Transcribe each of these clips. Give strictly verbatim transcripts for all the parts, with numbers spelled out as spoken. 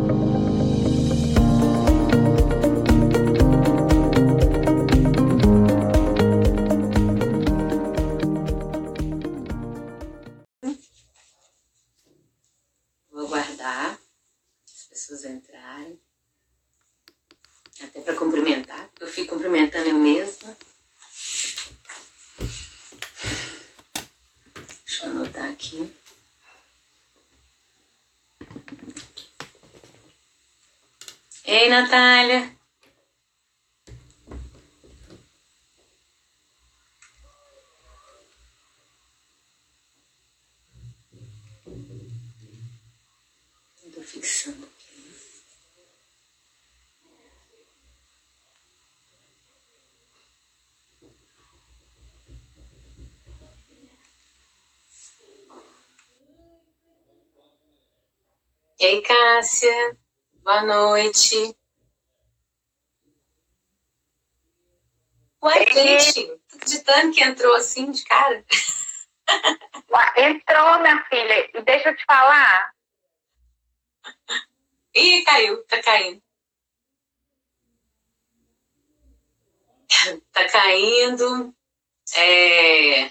Vou aguardar as pessoas entrarem. Até para cumprimentar, eu fico cumprimentando eu mesma. Deixa eu anotar aqui. Ei, Natália. Estou fixando aqui. E aí, Cássia? Boa noite. Ué, gente, tô acreditando que entrou assim de cara. Ué, entrou, minha filha. E deixa eu te falar. Ih, caiu, tá caindo. Tá caindo. É...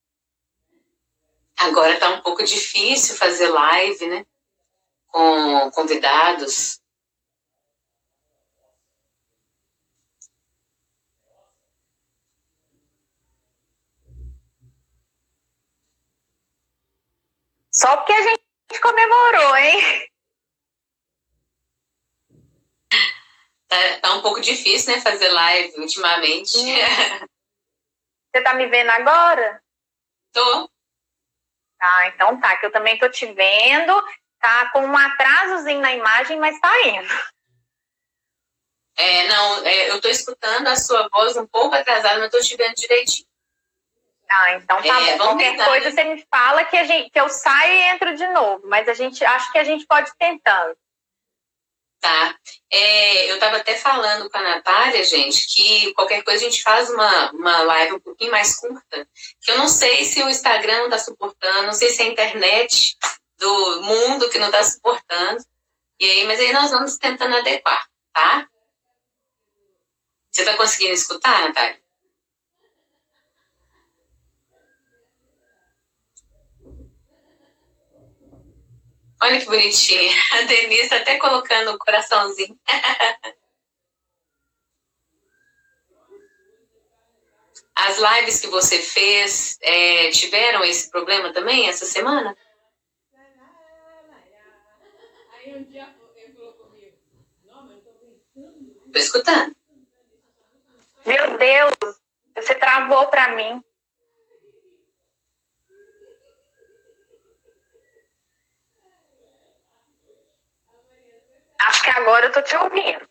Agora tá um pouco difícil fazer live, né? Com convidados. Só porque a gente comemorou, hein? Tá, tá um pouco difícil, né? Fazer live ultimamente. Você tá me vendo agora? Tô. Ah, então tá, que eu também tô te vendo. Tá com um atrasozinho na imagem, mas tá indo. É, não, é, eu tô escutando a sua voz um pouco atrasada, mas tô te vendo direitinho. Ah, então tá É, bom. Qualquer tentar, coisa né? você me fala que, a gente, que eu saio e entro de novo. Mas a gente acho que a gente pode ir tentando. Tá. É, eu tava até falando com a Natália, gente, que qualquer coisa a gente faz uma, uma live um pouquinho mais curta. Que eu não sei se o Instagram não tá suportando, não sei se é a internet do mundo que não tá suportando. E aí, mas aí nós vamos tentando adequar, tá? Você tá conseguindo escutar, Natália? Olha que bonitinha. A Denise tá até colocando o coraçãozinho. As lives que você fez é, tiveram esse problema também essa semana? Tô escutando. Meu Deus, você travou pra mim. Acho que agora eu tô te ouvindo.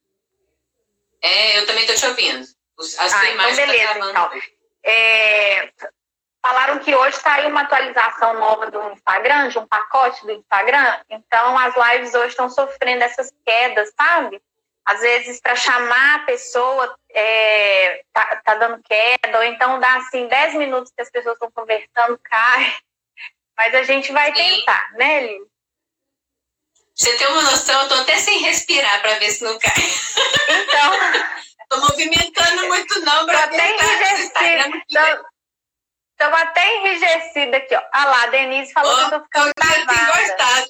É, eu também tô te ouvindo. A sua Ah, imagem então beleza, tá travando. então. É, falaram que hoje saiu uma atualização nova do Instagram, de um pacote do Instagram. Então, as lives hoje estão sofrendo essas quedas, sabe? Às vezes, para chamar a pessoa, é, tá, tá dando queda, ou então dá, assim, dez minutos que as pessoas estão conversando, cai. Mas a gente vai Sim. tentar, né, Lili? Você tem uma noção, eu tô até sem respirar para ver se não cai. Então... Tô movimentando muito não para ver se tá enrijecida. Estamos até enrijecida aqui, ó. Ah lá, a Denise falou oh, que eu tô ficando travada.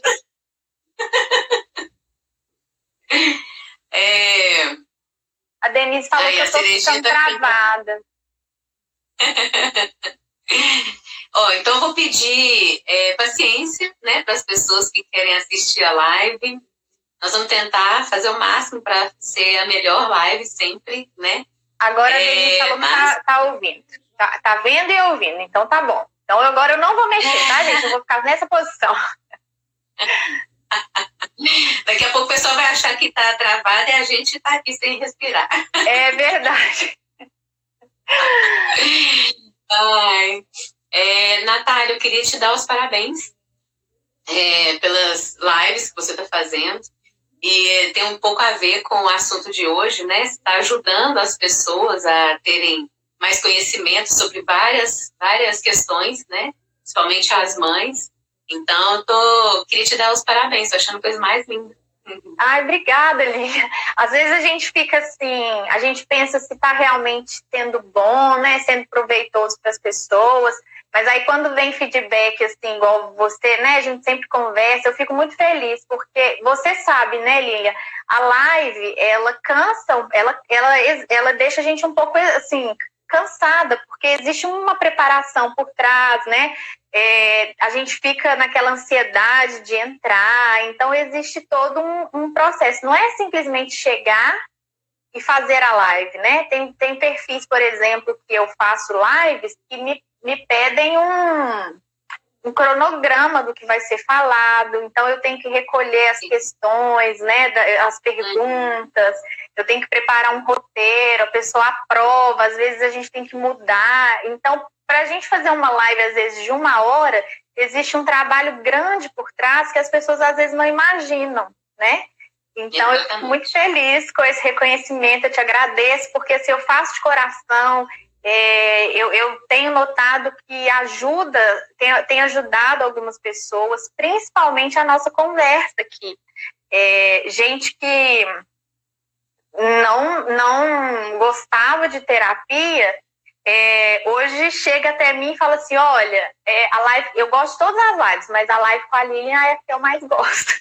É... A Denise falou Ai, que eu tô ficando travada. Ó, então eu vou pedir é, paciência, né, para as pessoas que querem assistir a live. Nós vamos tentar fazer o máximo para ser a melhor live sempre, né? Agora é, a Denise falou mas... que tá, tá ouvindo. Tá, tá vendo e ouvindo, então tá bom. Então agora eu não vou mexer, tá, gente? Eu vou ficar nessa posição. Daqui a pouco o pessoal vai achar que tá travada e a gente tá aqui sem respirar. É verdade. Ai, é, Natália, eu queria te dar os parabéns é, pelas lives que você está fazendo. E tem um pouco a ver com o assunto de hoje, né? Você está ajudando as pessoas a terem mais conhecimento sobre várias, várias questões, né? Principalmente as mães. Então, eu tô, queria te dar os parabéns, tô achando a coisa mais linda. Ai, obrigada, Lívia. Às vezes a gente fica assim, a gente pensa se está realmente sendo bom, né, sendo proveitoso para as pessoas, mas aí quando vem feedback assim, igual você, né, a gente sempre conversa, eu fico muito feliz, porque você sabe, né, Lívia, a live, ela cansa, ela, ela, ela deixa a gente um pouco assim, cansada, porque existe uma preparação por trás, né? É, a gente fica naquela ansiedade de entrar, então existe todo um, um processo. Não é simplesmente chegar e fazer a live, né? Tem, tem perfis, por exemplo, que eu faço lives que me, me pedem um, um cronograma do que vai ser falado, então eu tenho que recolher as questões, né, as perguntas, eu tenho que preparar um roteiro, a pessoa aprova, às vezes a gente tem que mudar. Então, para a gente fazer uma live, às vezes, de uma hora, existe um trabalho grande por trás que as pessoas, às vezes, não imaginam, né? Então, eu fico muito feliz com esse reconhecimento, eu te agradeço, porque se eu faço de coração, é, eu, eu tenho notado que ajuda, tem, tem ajudado algumas pessoas, principalmente a nossa conversa aqui. É, gente que não, não gostava de terapia, é, hoje chega até mim e fala assim, olha, é, a live, eu gosto de todas as lives, mas a live com a Lilian é a que eu mais gosto.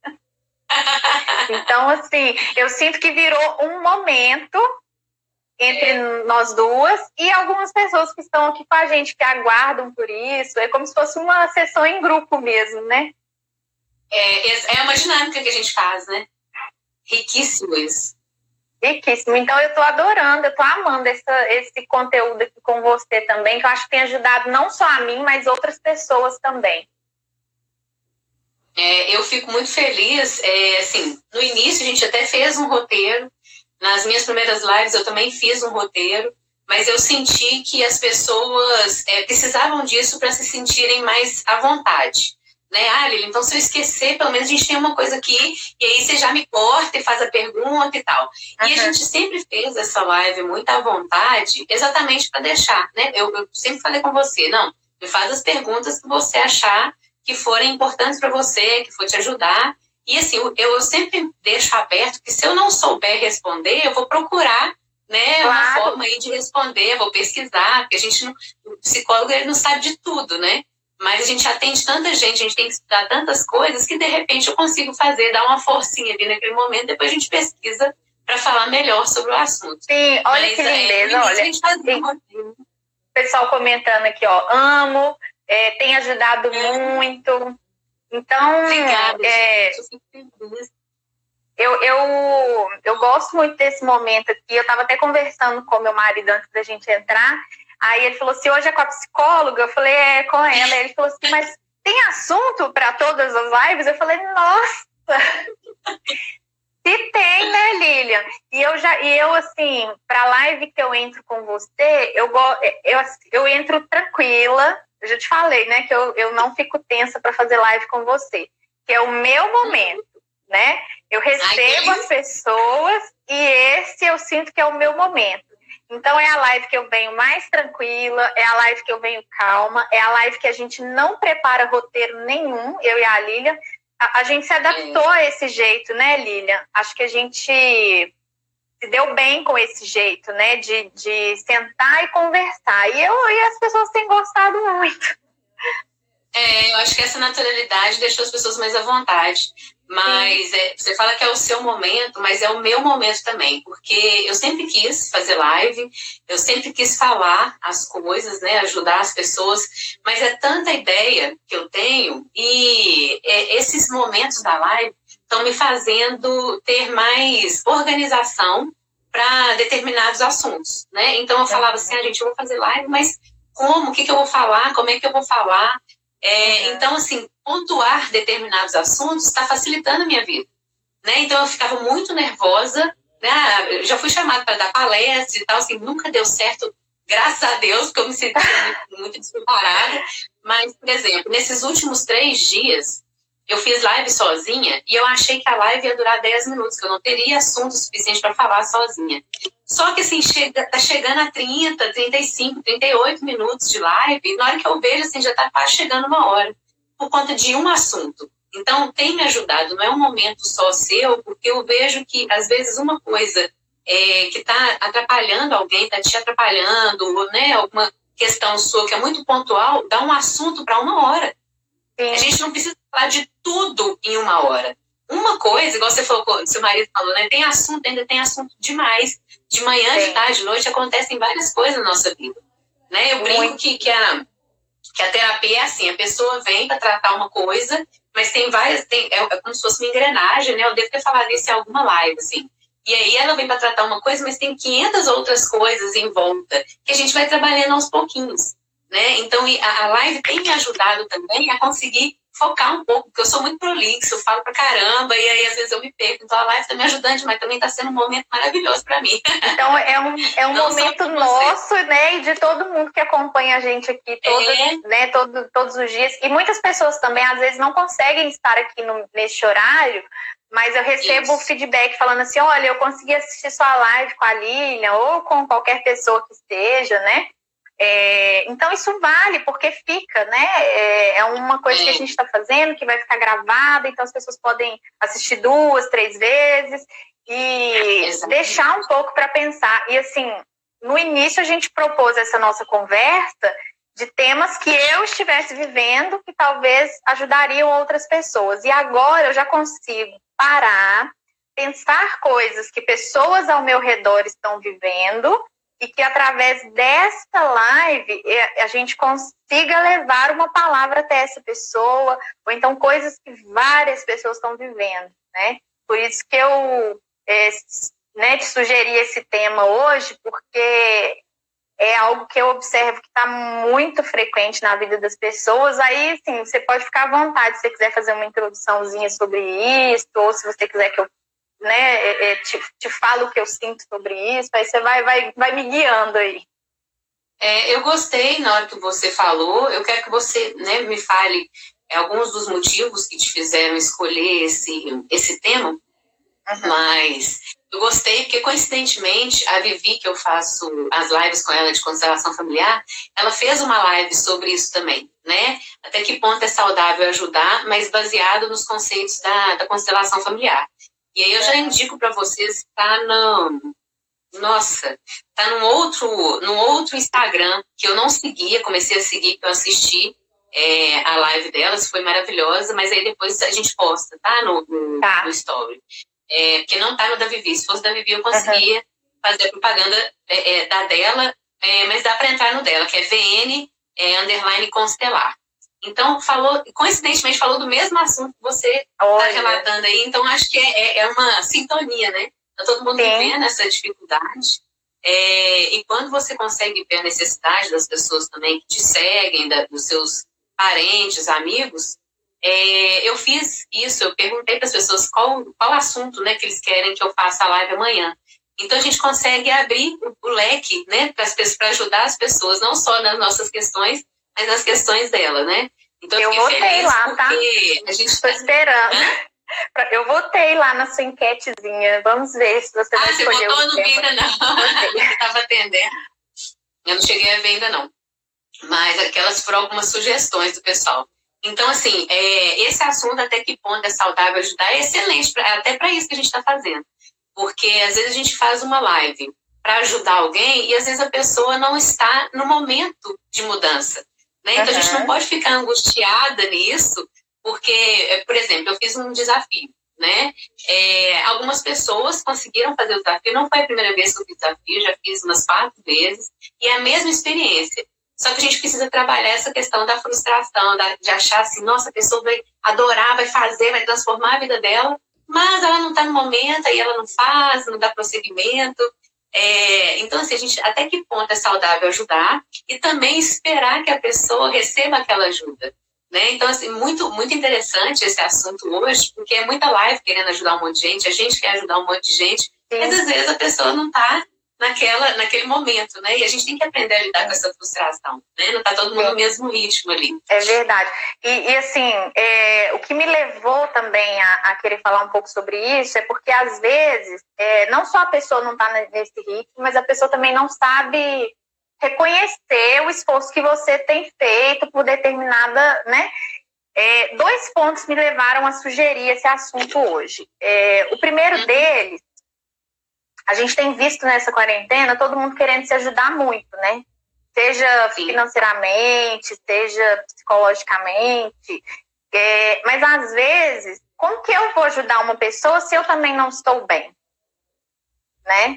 Então, assim, eu sinto que virou um momento entre é. nós duas e algumas pessoas que estão aqui com a gente, que aguardam por isso. É como se fosse uma sessão em grupo mesmo, né? É, é uma dinâmica que a gente faz, né? Riquíssimo isso. Riquíssimo. Então, eu estou adorando, eu estou amando essa, esse conteúdo aqui com você também, que eu acho que tem ajudado não só a mim, mas outras pessoas também. É, eu fico muito feliz, é, assim, no início a gente até fez um roteiro, nas minhas primeiras lives eu também fiz um roteiro, mas eu senti que as pessoas é, precisavam disso para se sentirem mais à vontade, né? Ah, Lili, então se eu esquecer, pelo menos a gente tem uma coisa aqui, e aí você já me corta e faz a pergunta e tal. Uhum. E a gente sempre fez essa live muito à vontade, exatamente para deixar, né? Eu, eu sempre falei com você, não, me faz as perguntas que você achar que forem importantes para você, que for te ajudar. E assim, eu, eu sempre deixo aberto que se eu não souber responder, eu vou procurar, né, claro, uma forma aí de responder, vou pesquisar, porque a gente, não, o psicólogo, ele não sabe de tudo, né? Mas a gente atende tanta gente, a gente tem que estudar tantas coisas que de repente eu consigo fazer, dar uma forcinha ali naquele momento, depois a gente pesquisa para falar melhor sobre o assunto. Sim, olha Mas, que lindeza, é, olha. A gente faz um pessoal comentando aqui, ó, amo, é, tem ajudado é. muito. Então, Obrigada, é, eu, eu, eu gosto muito desse momento aqui. Eu estava até conversando com meu marido antes da gente entrar. Aí ele falou assim, hoje é com a psicóloga? Eu falei, é com ela. Aí ele falou assim, mas tem assunto para todas as lives? Eu falei, nossa! Se tem, né, Lilian? E eu, já, e eu assim, para a live que eu entro com você, eu, eu, eu entro tranquila. Eu já te falei, né, que eu, eu não fico tensa para fazer live com você, que é o meu momento, né? Eu recebo Ai, as pessoas e esse eu sinto que é o meu momento. Então é a live que eu venho mais tranquila, é a live que eu venho calma, é a live que a gente não prepara roteiro nenhum, eu e a Lilian. A, a gente se adaptou a esse jeito, né, Lilian? Acho que a gente se deu bem com esse jeito, né, de, de sentar e conversar. E, eu, e as pessoas têm gostado muito. É, eu acho que essa naturalidade deixou as pessoas mais à vontade. Mas é, você fala que é o seu momento, mas é o meu momento também. Porque eu sempre quis fazer live, eu sempre quis falar as coisas, né, ajudar as pessoas. Mas é tanta ideia que eu tenho e é, esses momentos da live estão me fazendo ter mais organização para determinados assuntos, né? Então eu falava assim, ah, gente, eu vou fazer live, mas como? O que, que eu vou falar? Como é que eu vou falar? É, então, assim, pontuar determinados assuntos está facilitando a minha vida, né? Então eu ficava muito nervosa, né? Eu já fui chamada para dar palestra e tal, assim, nunca deu certo, graças a Deus, porque eu me sentia muito, muito despreparada. Mas, por exemplo, nesses últimos três dias, eu fiz live sozinha e eu achei que a live ia durar dez minutos, que eu não teria assunto suficiente para falar sozinha. Só que, assim, chega, tá chegando a trinta, trinta e cinco, trinta e oito minutos de live, e na hora que eu vejo, assim, já tá quase chegando uma hora, por conta de um assunto. Então, tem me ajudado, não é um momento só seu, porque eu vejo que, às vezes, uma coisa é, que está atrapalhando alguém, está te atrapalhando, ou, né, alguma questão sua que é muito pontual, dá um assunto para uma hora. Sim. A gente não precisa falar de tudo em uma hora. Uma coisa, igual você falou, seu marido falou, né, tem assunto, ainda tem assunto demais. De manhã, Sim. de tarde, de noite, acontecem várias coisas na nossa vida. Né? Eu muito. brinco que, que, a, que a terapia é assim, a pessoa vem para tratar uma coisa, mas tem várias, tem, é, é como se fosse uma engrenagem, né? Eu devo ter falado isso em alguma live, assim. E aí ela vem para tratar uma coisa, mas tem quinhentas outras coisas em volta, que a gente vai trabalhando aos pouquinhos, né? Então, a, a live tem me ajudado também a conseguir focar um pouco, porque eu sou muito prolixo, eu falo pra caramba, e aí às vezes eu me perco. Então a live tá me ajudando, mas também tá sendo um momento maravilhoso para mim. Então é um, é um momento nosso, né, e de todo mundo que acompanha a gente aqui todos, é. né, todo, todos os dias. E muitas pessoas também, às vezes, não conseguem estar aqui no, nesse horário, mas eu recebo Isso. feedback falando assim, olha, eu consegui assistir sua live com a Lilian, ou com qualquer pessoa que esteja, né? É, então isso vale, porque fica, né? É, é uma coisa que a gente está fazendo, que vai ficar gravada, então as pessoas podem assistir duas, três vezes e Exatamente. deixar um pouco para pensar. E assim, no início a gente propôs essa nossa conversa de temas que eu estivesse vivendo, que talvez ajudariam outras pessoas. E agora eu já consigo parar, pensar coisas que pessoas ao meu redor estão vivendo, e que através desta live a gente consiga levar uma palavra até essa pessoa, ou então coisas que várias pessoas estão vivendo, né? Por isso que eu é, né, te sugeri esse tema hoje, porque é algo que eu observo que está muito frequente na vida das pessoas. Aí, sim, você pode ficar à vontade se você quiser fazer uma introduçãozinha sobre isso, ou se você quiser que eu né, é, te, te falo o que eu sinto sobre isso, aí você vai, vai, vai me guiando aí. É, eu gostei na hora que você falou, eu quero que você, né, me fale é, alguns dos motivos que te fizeram escolher esse, esse tema, uhum. mas eu gostei porque, coincidentemente, a Vivi, que eu faço as lives com ela de constelação familiar, ela fez uma live sobre isso também, né? Até que ponto é saudável ajudar, mas baseado nos conceitos da, da constelação familiar. E aí eu já indico para vocês, tá no, nossa, tá num outro, num outro Instagram que eu não seguia, comecei a seguir, que eu assisti é, a live delas, foi maravilhosa, mas aí depois a gente posta, tá? No, no, tá. no story. É, porque não tá no da Vivi, se fosse da Vivi eu conseguia uhum. fazer a propaganda é, é, da dela, é, mas dá para entrar no dela, que é V N é, underline constelar. Então, falou, coincidentemente, falou do mesmo assunto que você está relatando aí. Então, acho que é, é uma sintonia, né? Tá todo mundo Sim. vivendo essa dificuldade. É, e quando você consegue ver a necessidade das pessoas também que te seguem, da, dos seus parentes, amigos, é, eu fiz isso. Eu perguntei para as pessoas qual, qual assunto, né, que eles querem que eu faça a live amanhã. Então, a gente consegue abrir o, o leque, né, para ajudar as pessoas, não só nas nossas questões, mas nas questões dela, né? Então, eu votei lá, tá? A gente estou esperando. Hã? Eu votei lá na sua enquetezinha. Vamos ver se você ah, vai você escolher. Ah, você votou? Eu não vi ainda, não. Eu estava atendendo. Eu não cheguei a ver ainda, não. Mas aquelas foram algumas sugestões do pessoal. Então, assim, é, esse assunto, até que ponto é saudável ajudar, é excelente, pra, até para isso que a gente está fazendo. Porque, às vezes, a gente faz uma live para ajudar alguém e, às vezes, a pessoa não está no momento de mudança. Né? Então, uhum. a gente não pode ficar angustiada nisso, porque, por exemplo, eu fiz um desafio, né? É, algumas pessoas conseguiram fazer o desafio, não foi a primeira vez que eu fiz desafio, já fiz umas quatro vezes, e é a mesma experiência. Só que a gente precisa trabalhar essa questão da frustração, da, de achar assim, nossa, a pessoa vai adorar, vai fazer, vai transformar a vida dela, mas ela não está no momento, aí ela não faz, não dá prosseguimento. É, então, assim, a gente, até que ponto é saudável ajudar e também esperar que a pessoa receba aquela ajuda, né? Então, assim, muito, muito interessante esse assunto hoje, porque é muita live querendo ajudar um monte de gente, a gente quer ajudar um monte de gente, Sim. mas às vezes a pessoa não está naquela, naquele momento, né? E a gente tem que aprender a lidar com essa frustração, né? Não está todo mundo no mesmo ritmo ali. É verdade. E, e assim, é, o que me levou também a, a querer falar um pouco sobre isso é porque, às vezes, é, não só a pessoa não está nesse ritmo, mas a pessoa também não sabe reconhecer o esforço que você tem feito por determinada, né? É, dois pontos me levaram a sugerir esse assunto hoje. É, o primeiro uhum. deles, a gente tem visto nessa quarentena todo mundo querendo se ajudar muito, né? Seja Sim. financeiramente, seja psicologicamente. É, mas, às vezes, como que eu vou ajudar uma pessoa se eu também não estou bem? Né?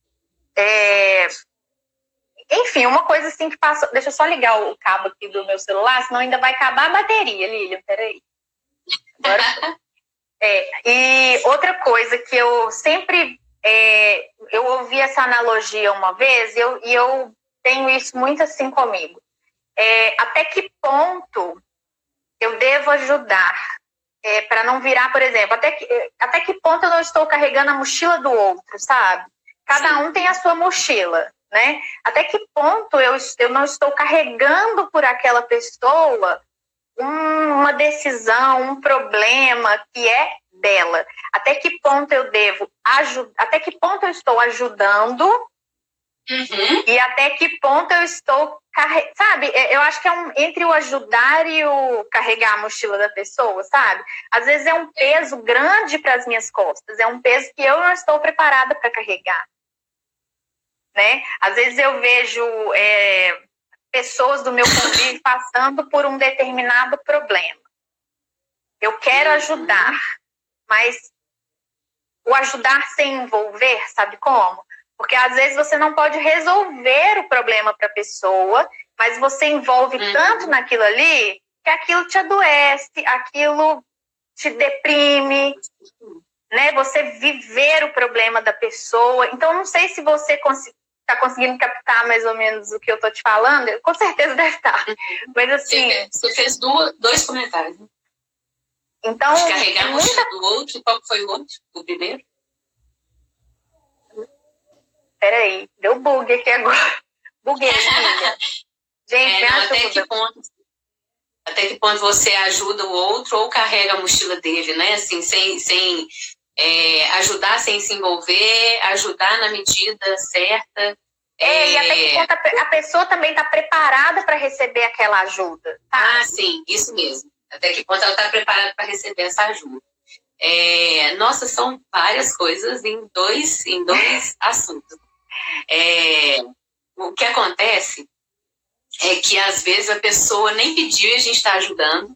É, enfim, uma coisa assim que passou... Deixa eu só ligar o cabo aqui do meu celular, senão ainda vai acabar a bateria, Lilian. Peraí. Agora... é, e outra coisa que eu sempre... É, eu ouvi essa analogia uma vez e eu, e eu tenho isso muito assim comigo. É, até que ponto eu devo ajudar é, para não virar, por exemplo, até que, até que ponto eu não estou carregando a mochila do outro, sabe? Cada um tem a sua mochila, né? Até que ponto eu, eu não estou carregando por aquela pessoa um, uma decisão, um problema que é dela? Até que ponto eu devo ajudar? Até que ponto eu estou ajudando? Uhum. E até que ponto eu estou carregando? Sabe, eu acho que é um, entre o ajudar e o carregar a mochila da pessoa, sabe? Às vezes é um peso grande para as minhas costas, é um peso que eu não estou preparada para carregar, né? Às vezes eu vejo é, pessoas do meu convívio passando por um determinado problema. Eu quero ajudar, mas o ajudar sem envolver, sabe como? Porque às vezes você não pode resolver o problema para a pessoa, mas você envolve uhum. tanto naquilo ali que aquilo te adoece, aquilo te deprime, né? Você viver o problema da pessoa. Então, não sei se você está conseguindo captar mais ou menos o que eu estou te falando. Com certeza deve estar. Mas assim... Você fez duas, dois comentários. Então, carregar a mochila muita... do outro. Qual foi o outro? O primeiro? Peraí, deu bug aqui agora. Buguei, filha. Gente, é, não, até que ponto, até que ponto você ajuda o outro ou carrega a mochila dele, né? Assim, sem, sem é, ajudar sem se envolver, ajudar na medida certa. É, é... e até que ponto a, a pessoa também está preparada para receber aquela ajuda. Tá? Ah, sim, isso mesmo. Até que ponto ela está preparada para receber essa ajuda. É, nossa, são várias coisas em dois, em dois assuntos. É, o que acontece é que às vezes a pessoa nem pediu e a gente está ajudando.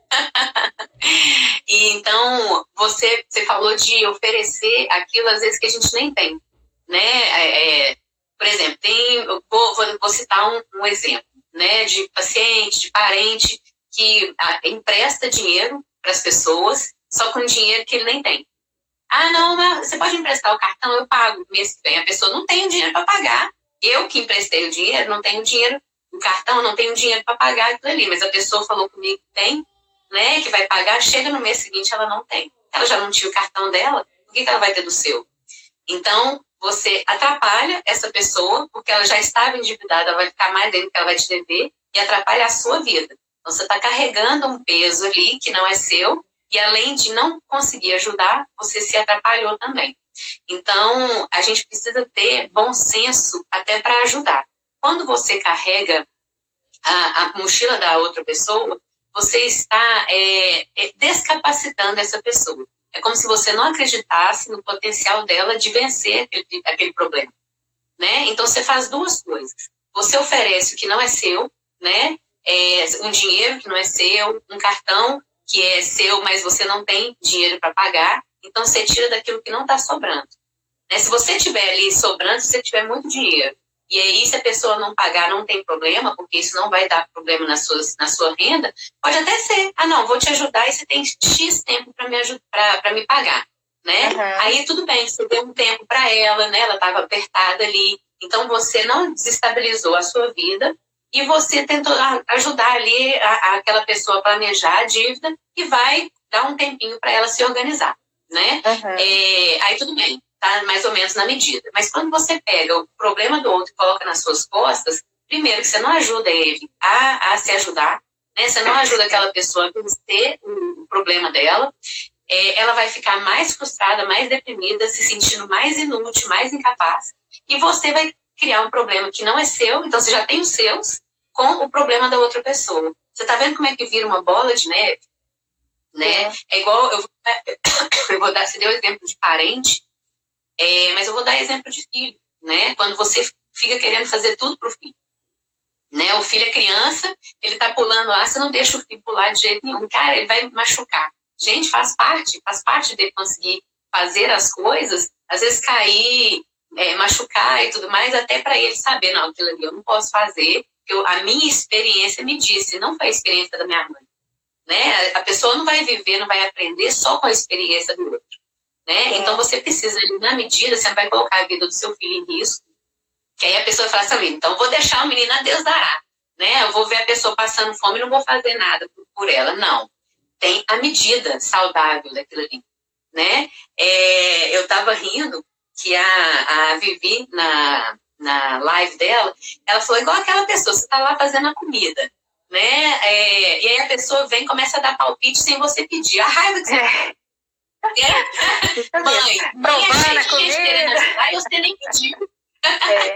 E então você, você falou de oferecer aquilo às vezes que a gente nem tem, né? É, é, por exemplo, tem, eu vou, vou, vou citar um, um exemplo, né, de paciente, de parente que a, empresta dinheiro para as pessoas só com dinheiro que ele nem tem. Ah, não, mas você pode emprestar o cartão, eu pago mês que vem. A pessoa não tem o dinheiro para pagar. Eu que emprestei o dinheiro, não tenho dinheiro no cartão, não tenho dinheiro para pagar aquilo ali. Mas a pessoa falou comigo que tem, né, que vai pagar, chega no mês seguinte, ela não tem. Ela já não tinha o cartão dela, por que, que ela vai ter do seu? Então, você atrapalha essa pessoa, porque ela já estava endividada, ela vai ficar mais dentro que ela vai te dever, e atrapalha a sua vida. Então, você está carregando um peso ali que não é seu, e além de não conseguir ajudar, você se atrapalhou também. Então, a gente precisa ter bom senso até para ajudar. Quando você carrega a, a mochila da outra pessoa, você está é, descapacitando essa pessoa. É como se você não acreditasse no potencial dela de vencer aquele, aquele problema, né? Então, você faz duas coisas. Você oferece o que não é seu, né? É, um dinheiro que não é seu, um cartão que é seu, mas você não tem dinheiro para pagar, então você tira daquilo que não está sobrando. Né? Se você tiver ali sobrando, se você tiver muito dinheiro, e aí se a pessoa não pagar, não tem problema, porque isso não vai dar problema na sua, na sua renda, pode até ser, ah não, vou te ajudar e você tem X tempo para me, me pagar. Né? Uhum. Aí tudo bem, você deu um tempo para ela, né? Ela estava apertada ali, então você não desestabilizou a sua vida, e você tentou ajudar ali a, a, aquela pessoa a planejar a dívida e vai dar um tempinho para ela se organizar, né? Uhum. É, aí tudo bem, tá mais ou menos na medida. Mas quando você pega o problema do outro e coloca nas suas costas, primeiro que você não ajuda ele a, a se ajudar, né? Você não ajuda aquela pessoa a vencer o problema dela, é, ela vai ficar mais frustrada, mais deprimida, se sentindo mais inútil, mais incapaz, e você vai criar um problema que não é seu, então você já tem os seus, com o problema da outra pessoa. Você tá vendo como é que vira uma bola de neve? Né? É, é igual, eu, eu vou dar, você deu exemplo de parente, é, mas eu vou dar exemplo de filho, né? Quando você fica querendo fazer tudo pro filho, né? O filho é criança, ele tá pulando lá, você não deixa o filho pular de jeito nenhum, cara, ele vai machucar. Gente, faz parte, faz parte de conseguir fazer as coisas, às vezes cair, é, machucar e tudo mais, até para ele saber, não, aquilo ali eu não posso fazer, porque eu, a minha experiência me disse, não foi a experiência da minha mãe. Né? A pessoa não vai viver, não vai aprender só com a experiência do outro. Né? É. Então você precisa, na medida, você não vai colocar a vida do seu filho em risco, que aí a pessoa fala assim, então eu vou deixar o menino a Deus dará. Né? Eu vou ver a pessoa passando fome e não vou fazer nada por, por ela. Não. Tem a medida saudável daquilo ali. Né? É, eu estava rindo que a, a Vivi, na, na live dela, ela falou igual aquela pessoa, você está lá fazendo a comida. Né? É, e aí a pessoa vem e começa a dar palpite sem você pedir. A raiva que você é. É? Mãe, mãe, a gente, gente querendo ajudar e você nem pediu. É.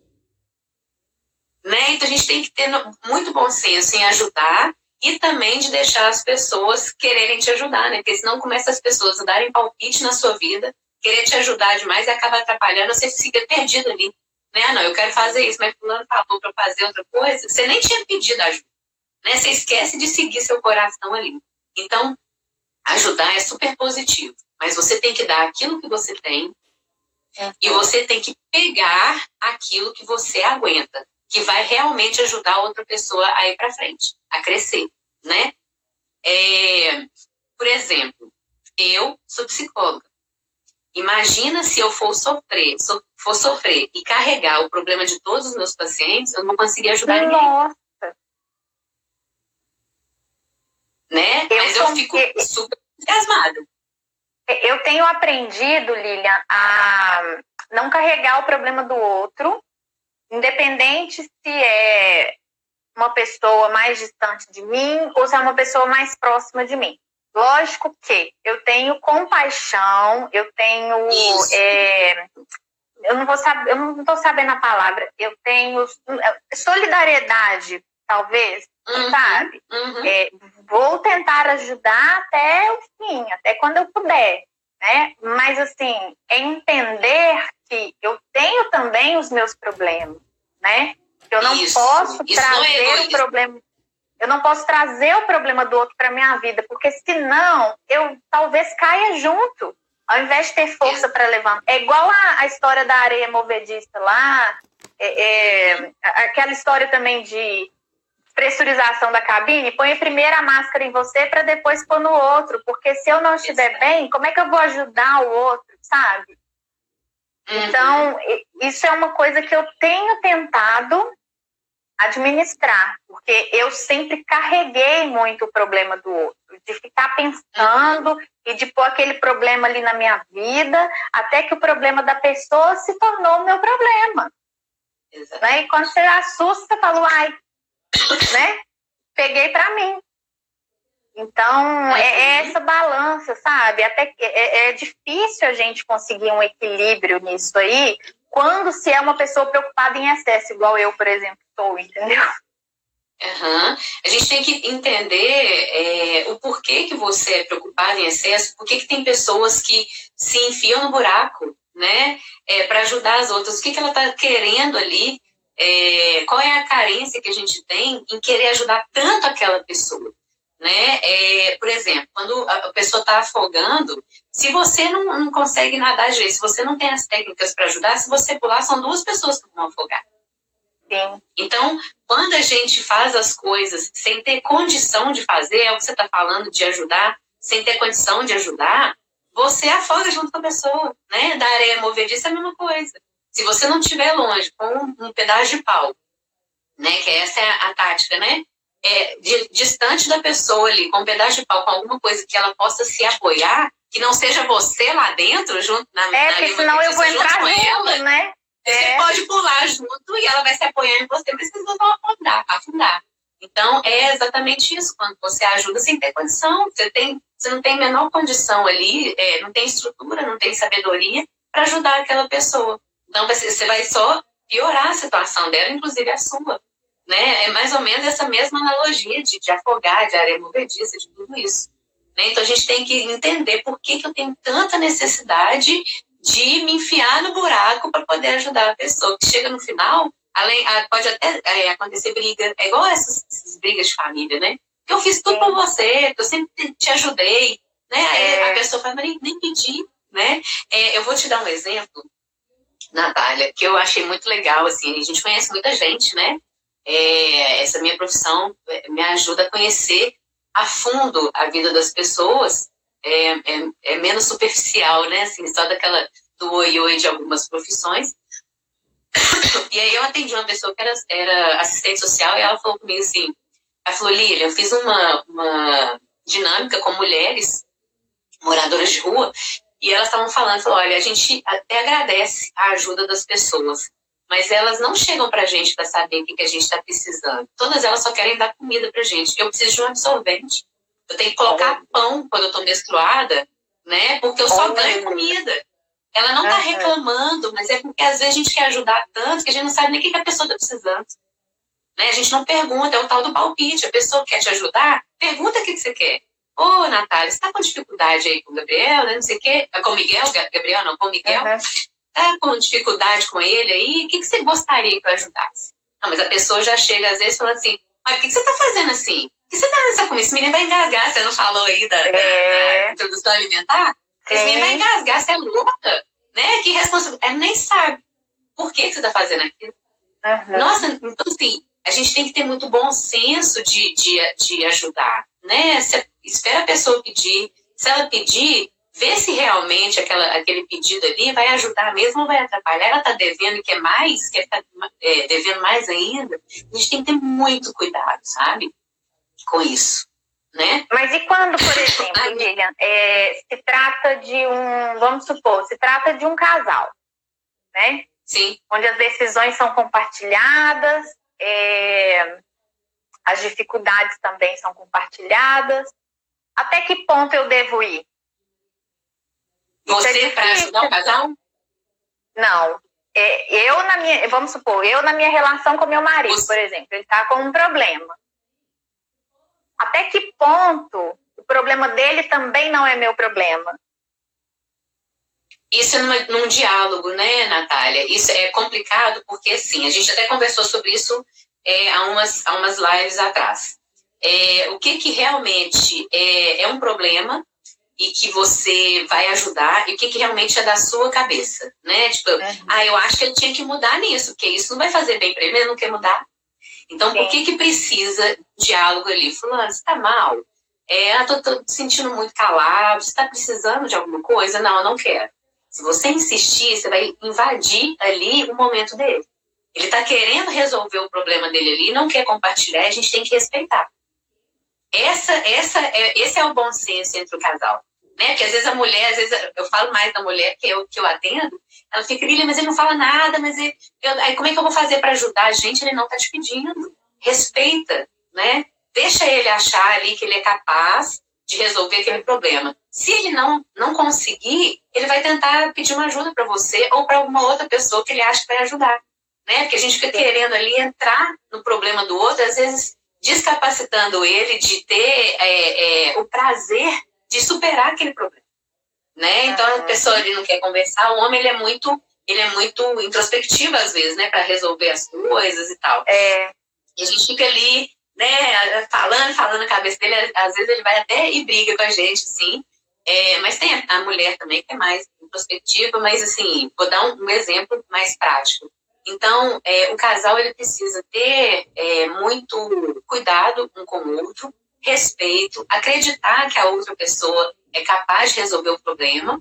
Né? Então a gente tem que ter muito bom senso em ajudar e também de deixar as pessoas quererem te ajudar, né? Porque senão começa as pessoas a darem palpite na sua vida, querer te ajudar demais e acaba atrapalhando, você fica perdido ali. Né? Ah, não, eu quero fazer isso, mas fulano falou para fazer outra coisa, você nem tinha pedido ajuda. Né? Você esquece de seguir seu coração ali. Então, ajudar é super positivo, mas você tem que dar aquilo que você tem é. E você tem que pegar aquilo que você aguenta, que vai realmente ajudar a outra pessoa a ir para frente, a crescer, né? É, por exemplo, eu sou psicóloga. Imagina se eu for sofrer, so, for sofrer e carregar o problema de todos os meus pacientes, eu não conseguir ajudar Nossa. ninguém. Né? Eu Mas eu fico que... super entusiasmada. Eu tenho aprendido, Lilian, a não carregar o problema do outro, independente se é uma pessoa mais distante de mim ou se é uma pessoa mais próxima de mim. Lógico que eu tenho compaixão, eu tenho... É, eu não vou saber, eu não estou sabendo a palavra. Eu tenho solidariedade, talvez, uhum, sabe? Uhum. É, vou tentar ajudar até o fim, até quando eu puder, né? Mas, assim, é entender que eu tenho também os meus problemas, né? Eu não isso, posso isso trazer não é o problema... Eu não posso trazer o problema do outro para minha vida, porque senão eu talvez caia junto, ao invés de ter força para levantar. É igual a, a história da areia movediça lá, é, é, aquela história também de pressurização da cabine, põe primeiro a máscara em você para depois pôr no outro, porque se eu não estiver bem, como é que eu vou ajudar o outro, sabe? Uhum. Então, isso é uma coisa que eu tenho tentado administrar, porque eu sempre carreguei muito o problema do outro, de ficar pensando uhum. e de pôr aquele problema ali na minha vida, até que o problema da pessoa se tornou o meu problema. Né? E quando você assusta, você fala, ai, né? Peguei para mim. Então, uhum. é, é essa balança, sabe? Até que é, é difícil a gente conseguir um equilíbrio nisso aí, quando se é uma pessoa preocupada em excesso, igual eu, por exemplo, estou, entendeu? Uhum. A gente tem que entender é, o porquê que você é preocupada em excesso, por que tem pessoas que se enfiam no buraco, né, é, para ajudar as outras, o que, que ela está querendo ali, é, qual é a carência que a gente tem em querer ajudar tanto aquela pessoa. Né? É, por exemplo, quando a pessoa está afogando, se você não, não consegue nadar direito, se você não tem as técnicas para ajudar, se você pular, são duas pessoas que vão afogar. Sim. Então, quando a gente faz as coisas sem ter condição de fazer, é o que você está falando, de ajudar, sem ter condição de ajudar, você afoga junto com a pessoa. Né? Da areia movediça é a mesma coisa. Se você não estiver longe, com um, um pedaço de pau, né? Que essa é a tática, né? É, de, distante da pessoa ali, com um pedaço de pau, com alguma coisa que ela possa se apoiar, que não seja você lá dentro, junto na É, porque senão eu vou entrar junto, ela, né? Você é. pode pular junto e ela vai se apoiar em você, mas vocês vão afundar, afundar. Então, é exatamente isso, quando você ajuda sem ter condição, você, tem, você não tem a menor condição ali, é, não tem estrutura, não tem sabedoria para ajudar aquela pessoa. Então, você vai só piorar a situação dela, inclusive a sua. né? É mais ou menos essa mesma analogia de, de afogar, de areia movediça, de tudo isso. Né? Então a gente tem que entender por que, que eu tenho tanta necessidade de me enfiar no buraco para poder ajudar a pessoa. Que chega no final, além, pode até é, acontecer briga, é igual essas, essas brigas de família, né? Que eu fiz tudo por você, que eu sempre te ajudei, né? Aí é. a pessoa fala, mas nem, nem pedi, né? É, eu vou te dar um exemplo, Natália, que eu achei muito legal, assim, a gente conhece muita gente, né? É, essa minha profissão me ajuda a conhecer a fundo a vida das pessoas, é, é, é menos superficial, né? Assim, só daquela do oi-oi de algumas profissões. E aí eu atendi uma pessoa que era, era assistente social e ela falou comigo assim, ela falou, Lília, eu fiz uma, uma dinâmica com mulheres moradoras de rua e elas estavam falando, falou, olha, a gente até agradece a ajuda das pessoas, mas elas não chegam pra gente para saber o que, que a gente está precisando. Todas elas só querem dar comida pra gente. Eu preciso de um absorvente. Eu tenho que colocar pão quando eu tô menstruada, né? Porque eu só ganho comida. Ela não tá reclamando, mas é porque às vezes a gente quer ajudar tanto que a gente não sabe nem o que, que a pessoa tá precisando. Né? A gente não pergunta, é o tal do palpite. A pessoa quer te ajudar, pergunta o que, que você quer. Ô, oh, Natália, você tá com dificuldade aí com o Gabriel, né? Não sei o quê. Com o Miguel, Gabriel não, com o Miguel. Uhum. Tá com dificuldade com ele aí? O que, que você gostaria que eu ajudasse? Não, mas a pessoa já chega às vezes falando assim, mas o que, que você tá fazendo assim? O que você tá nessa comida? Esse menino vai engasgar, você não falou aí da, é. da introdução alimentar? É. Esse menino vai engasgar, você é louca, né? Que responsabilidade. Ela nem sabe por que, que você tá fazendo aquilo. Uhum. Nossa, então assim, a gente tem que ter muito bom senso de, de, de ajudar, né? Você espera a pessoa pedir, se ela pedir, vê se realmente aquela, aquele pedido ali vai ajudar mesmo ou vai atrapalhar. Ela está devendo e quer mais, quer ficar é, devendo mais ainda. A gente tem que ter muito cuidado, sabe? Com isso, né? Mas e quando, por exemplo, Lilian, é, se trata de um, vamos supor, se trata de um casal, né? Sim. Onde as decisões são compartilhadas, é, as dificuldades também são compartilhadas. Até que ponto eu devo ir? Você é para ajudar o casal? Não. É, eu na minha, vamos supor, eu na minha relação com meu marido, Você... por exemplo, ele está com um problema. Até que ponto o problema dele também não é meu problema? Isso é numa, num diálogo, né, Natália? Isso é complicado porque, assim, a gente até conversou sobre isso é, há, umas, há umas lives atrás. É, o que que realmente é, é um problema e que você vai ajudar, e o que, que realmente é da sua cabeça, né? Tipo, uhum. ah, eu acho que ele tinha que mudar nisso, porque isso não vai fazer bem para ele, ele não quer mudar. Então, Sim. por que que precisa diálogo ali? Fulano, você tá mal? É, eu tô, tô sentindo muito calado, você tá precisando de alguma coisa? Não, eu não quero. Se você insistir, você vai invadir ali o momento dele. Ele tá querendo resolver o problema dele ali, não quer compartilhar, a gente tem que respeitar. Essa, essa é, esse é o bom senso entre o casal. Né? Porque às vezes a mulher, às vezes eu falo mais da mulher que eu, que eu atendo, ela fica, Lília, mas ele não fala nada, mas ele, eu, aí como é que eu vou fazer para ajudar? A gente, ele não está te pedindo. Respeita, né? Deixa ele achar ali que ele é capaz de resolver aquele problema. Se ele não, não conseguir, ele vai tentar pedir uma ajuda para você ou para alguma outra pessoa que ele acha que vai ajudar. Né? Porque a gente fica querendo ali entrar no problema do outro, às vezes descapacitando ele de ter é, é, o prazer de superar aquele problema, né? Então a pessoa ele não quer conversar, o homem ele é muito, ele é muito introspectivo às vezes, né, para resolver as coisas e tal. É. E a gente fica ali, né, falando, falando na cabeça dele, às vezes ele vai até e briga com a gente, sim. É, mas tem a mulher também que é mais introspectiva, mas assim, vou dar um, um exemplo mais prático. Então, é, o casal ele precisa ter é, muito cuidado um com o outro, respeito, acreditar que a outra pessoa é capaz de resolver o problema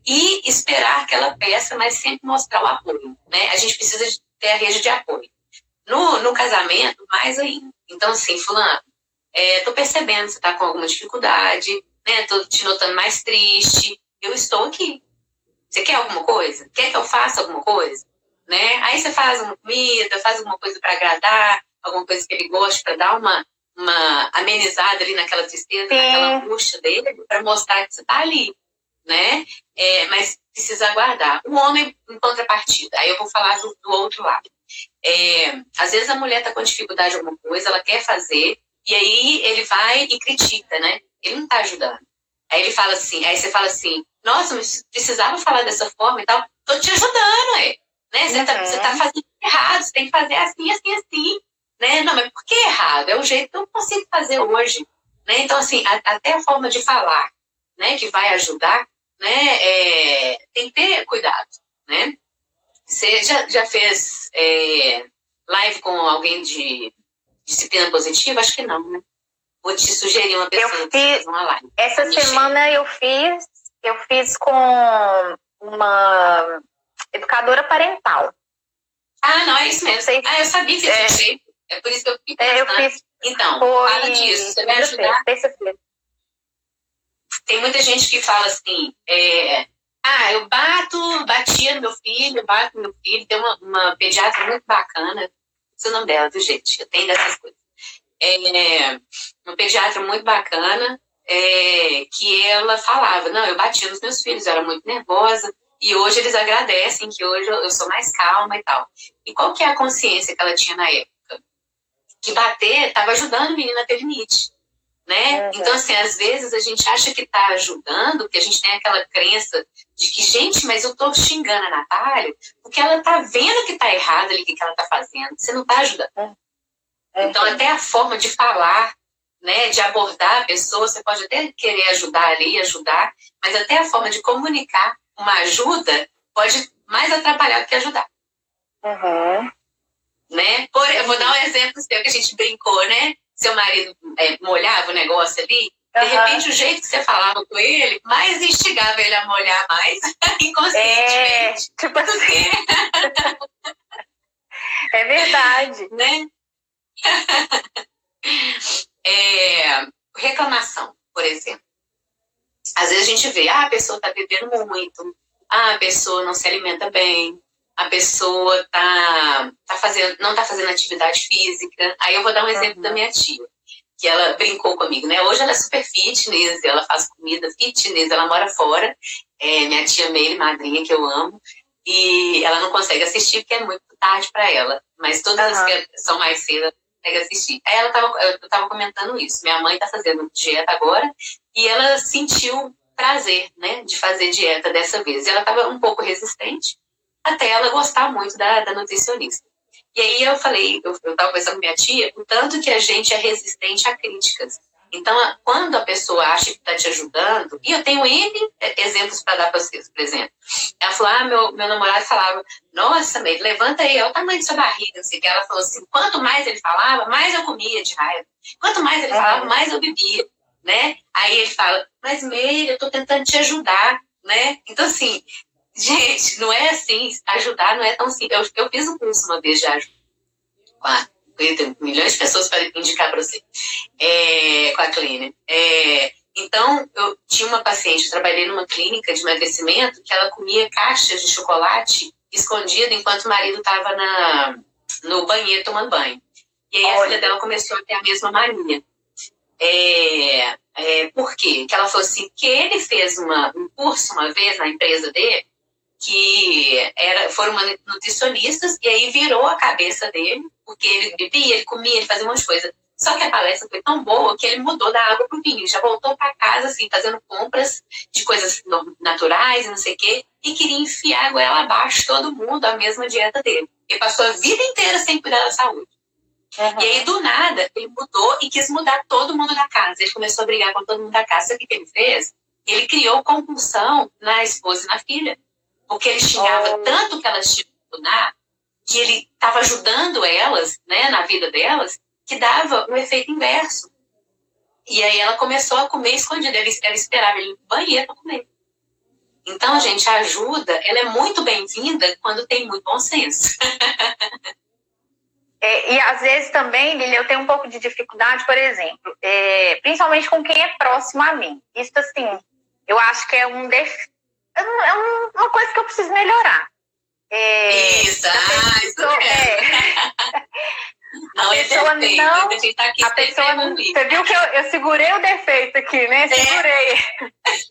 e esperar que ela peça, mas sempre mostrar o apoio, né? A gente precisa de ter a rede de apoio. No, no casamento, mais ainda. Então, assim, fulano, é, tô percebendo que você tá com alguma dificuldade, né? Tô te notando mais triste, eu estou aqui. Você quer alguma coisa? Quer que eu faça alguma coisa? Né? Aí você faz uma comida, faz alguma coisa para agradar, alguma coisa que ele goste para dar uma uma amenizada ali naquela tristeza, Sim. naquela angústia dele, para mostrar que você está ali, né? É, mas precisa aguardar. O homem, em contrapartida, aí eu vou falar do, do outro lado. É, às vezes a mulher está com dificuldade em alguma coisa, ela quer fazer, e aí ele vai e critica, né? Ele não está ajudando. Aí ele fala assim, aí você fala assim, nossa, mas precisava falar dessa forma e tal, tô te ajudando, é. Né? Você, uhum. tá, você tá fazendo errado, você tem que fazer assim, assim, assim. Né? Não, mas por que errado? É o jeito que eu consigo fazer hoje. Né? Então, assim, a, até a forma de falar, né, que vai ajudar, né, é, tem que ter cuidado, né? Você já, já fez é, live com alguém de disciplina positiva? Acho que não, né? Vou te sugerir uma pessoa eu fiz, fazer uma live. Essa Michelle. semana eu fiz, eu fiz com uma educadora parental. Ah, não, é isso mesmo. Sei, ah, eu sabia que você é, tinha feito. É por isso que eu fiquei pensando. É, eu fiz, então, foi, fala disso. Você vai ajudar. Terça-feira. Tem muita gente que fala assim, é, ah, eu bato, batia no meu filho, bato no meu filho. Tem uma, uma pediatra muito bacana, esse é o nome dela, do gente, eu tenho dessas coisas. É, uma pediatra muito bacana, é, que ela falava, não, eu batia nos meus filhos, eu era muito nervosa, e hoje eles agradecem que hoje eu sou mais calma e tal. E qual que é a consciência que ela tinha na época? Que bater estava ajudando a menina a ter limite. Né? Uhum. Então, assim, às vezes a gente acha que está ajudando, porque a gente tem aquela crença de que, gente, mas eu estou xingando a Natália porque ela está vendo que está errado ali, o que, que ela está fazendo. Você não está ajudando. Uhum. Então, até a forma de falar, né, de abordar a pessoa, você pode até querer ajudar ali, ajudar, mas até a forma de comunicar uma ajuda pode mais atrapalhar do que ajudar. Uhum. Né? Por, eu vou dar um exemplo seu que a gente brincou, né? Seu marido é, molhava o negócio ali, de uhum. repente o jeito que você falava com ele, mais instigava ele a molhar mais, inconscientemente. É, tipo assim. É verdade. Né? É, reclamação, por exemplo. Às vezes a gente vê, ah, a pessoa está bebendo muito, ah, a pessoa não se alimenta bem, a pessoa tá, tá fazendo, não está fazendo atividade física. Aí eu vou dar um exemplo uhum. da minha tia, que ela brincou comigo, né? Hoje ela é super fitness, ela faz comida fitness, ela mora fora. É minha tia Meire, madrinha, que eu amo. E ela não consegue assistir porque é muito tarde para ela. Mas todas uhum. as que são mais cedo, ela consegue assistir. Aí ela tava, eu tava comentando isso. Minha mãe tá fazendo dieta agora e ela sentiu prazer, né, de fazer dieta dessa vez. E ela tava um pouco resistente, até ela gostar muito da, da nutricionista. E aí eu falei, eu, eu tava conversando com minha tia, o tanto que a gente é resistente a críticas. Então, quando a pessoa acha que está te ajudando, e eu tenho N exemplos para dar para vocês, por exemplo. Ela falou, ah, meu, meu namorado falava, nossa, Meire, levanta aí, olha o tamanho da sua barriga. Assim, que ela falou assim, quanto mais ele falava, mais eu comia de raiva. Quanto mais ele falava, mais eu bebia, né? Aí ele fala, mas Meire, eu estou tentando te ajudar, né? Então, assim, gente, não é assim, ajudar não é tão simples. Eu, eu fiz um curso uma vez de ajuda. Ah, eu tenho milhões de pessoas para indicar para você, é, com a clínica. É, então, eu tinha uma paciente, eu trabalhei numa clínica de emagrecimento, que ela comia caixas de chocolate escondida enquanto o marido estava na, no banheiro tomando banho. E aí a filha dela começou a ter a mesma mania. É, é, por quê? Que ela falou assim, que ele fez uma, um curso uma vez na empresa dele, que era, foram nutricionistas, e aí virou a cabeça dele, porque ele bebia, ele comia, ele fazia um monte de coisa. Só que a palestra foi tão boa que ele mudou da água pro vinho, já voltou para casa, assim, fazendo compras de coisas naturais e não sei o quê, e queria enfiar a goela abaixo todo mundo, a mesma dieta dele. Ele passou a vida inteira sem cuidar da saúde. Uhum. E aí, do nada, ele mudou e quis mudar todo mundo da casa. Ele começou a brigar com todo mundo da casa. Sabe o que ele fez? Ele criou compulsão na esposa e na filha. Porque ele xingava oh. tanto que elas tinham que mudar, que ele estava ajudando elas, né, na vida delas, que dava o efeito inverso. E aí ela começou a comer escondida. Ela esperava ele no banheiro para comer. Então, gente, a ajuda, ela é muito bem-vinda quando tem muito bom senso. É, e às vezes também, Lili, eu tenho um pouco de dificuldade, por exemplo, é, principalmente com quem é próximo a mim. Isso, assim, eu acho que é um def... é uma coisa que eu preciso melhorar. É, isso, ah, isso é. Não, a pessoa é defeito, não, a, tá aqui a pessoa não, você viu que eu, eu segurei o defeito aqui, né? Segurei. É.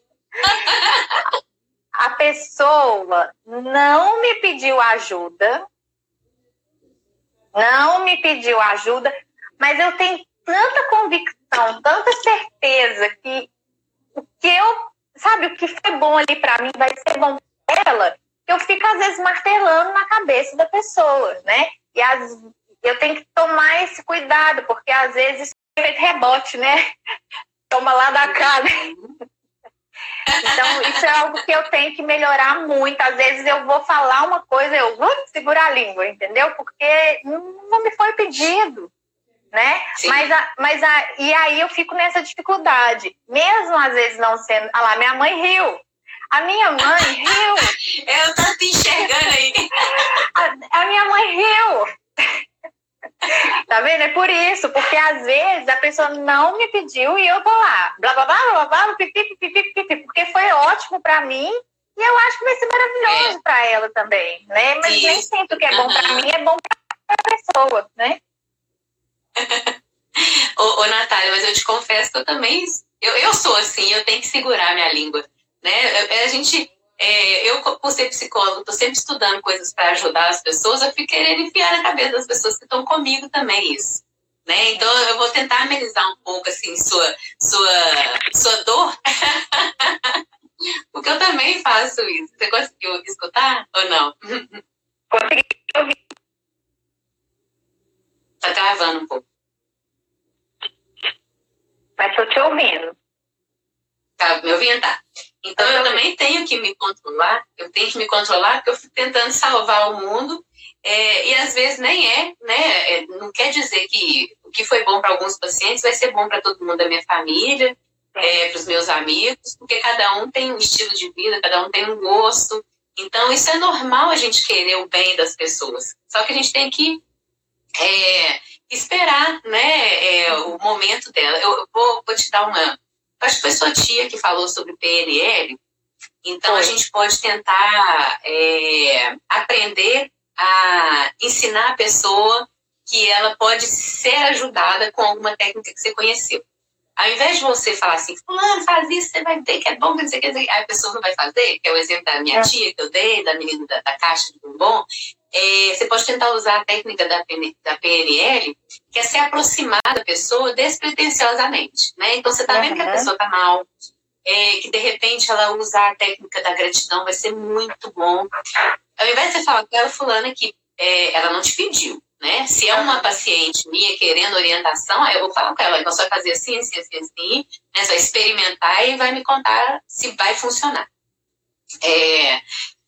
A pessoa não me pediu ajuda, não me pediu ajuda, mas eu tenho tanta convicção, tanta certeza que o que eu, sabe, o que foi bom ali para mim vai ser bom para ela, que eu fico às vezes martelando na cabeça da pessoa, né? E as, eu tenho que tomar esse cuidado, porque às vezes é feito rebote, né? Toma lá da cara. Então, isso é algo que eu tenho que melhorar muito. Às vezes eu vou falar uma coisa, eu vou segurar a língua, entendeu? Porque não me foi pedido, né? Mas, a, mas a, e aí eu fico nessa dificuldade. Mesmo às vezes não sendo... Ah lá, minha mãe riu. A minha mãe riu. Eu tô te enxergando aí. A, a minha mãe riu. Tá vendo? É por isso, porque às vezes a pessoa não me pediu e eu tô lá, blá blá blá blá blá, pipi, pipi, pipi, porque foi ótimo pra mim e eu acho que vai ser maravilhoso é. pra ela também, né? Mas isso. Nem sempre o que é bom uhum. pra mim é bom pra pessoa, né? ô, ô, Natália, mas eu te confesso que eu também, eu, eu sou assim, eu tenho que segurar minha língua, né? A gente... É, eu, por ser psicóloga, estou sempre estudando coisas para ajudar as pessoas, eu fico querendo enfiar na cabeça das pessoas que estão comigo também isso, né? Então eu vou tentar amenizar um pouco assim sua, sua, sua dor, porque eu também faço isso. Você conseguiu escutar ou não? Consegui ouvir. Tá travando um pouco. Mas estou te ouvindo. Tá me ouvindo? Tá. Então, eu também tenho que me controlar, eu tenho que me controlar porque eu fico tentando salvar o mundo é, e às vezes nem é, né? É, não quer dizer que o que foi bom para alguns pacientes vai ser bom para todo mundo da minha família, é, para os meus amigos, porque cada um tem um estilo de vida, cada um tem um gosto. Então, isso é normal a gente querer o bem das pessoas. Só que a gente tem que é, esperar, né, é, o momento dela. Eu, eu vou, vou te dar uma... Acho que foi sua tia que falou sobre P N L, então a gente pode tentar é, aprender a ensinar a pessoa que ela pode ser ajudada com alguma técnica que você conheceu. Ao invés de você falar assim, fulano, faz isso, você vai ver que é bom, que você quer dizer, aí a pessoa não vai fazer, que é o exemplo da minha tia que eu dei, da menina da, da caixa de bombom, é, você pode tentar usar a técnica da, da P N L, que é se aproximar da pessoa despretensiosamente, né? Então, você está vendo uhum. que a pessoa está mal, é, que de repente ela usar a técnica da gratidão vai ser muito bom. Ao invés de você falar com ela, fulana, que é, ela não te pediu, né? Se é uma paciente minha querendo orientação, aí eu vou falar com ela, então você vai fazer assim, assim, assim, assim, né? Você vai experimentar e vai me contar se vai funcionar. É...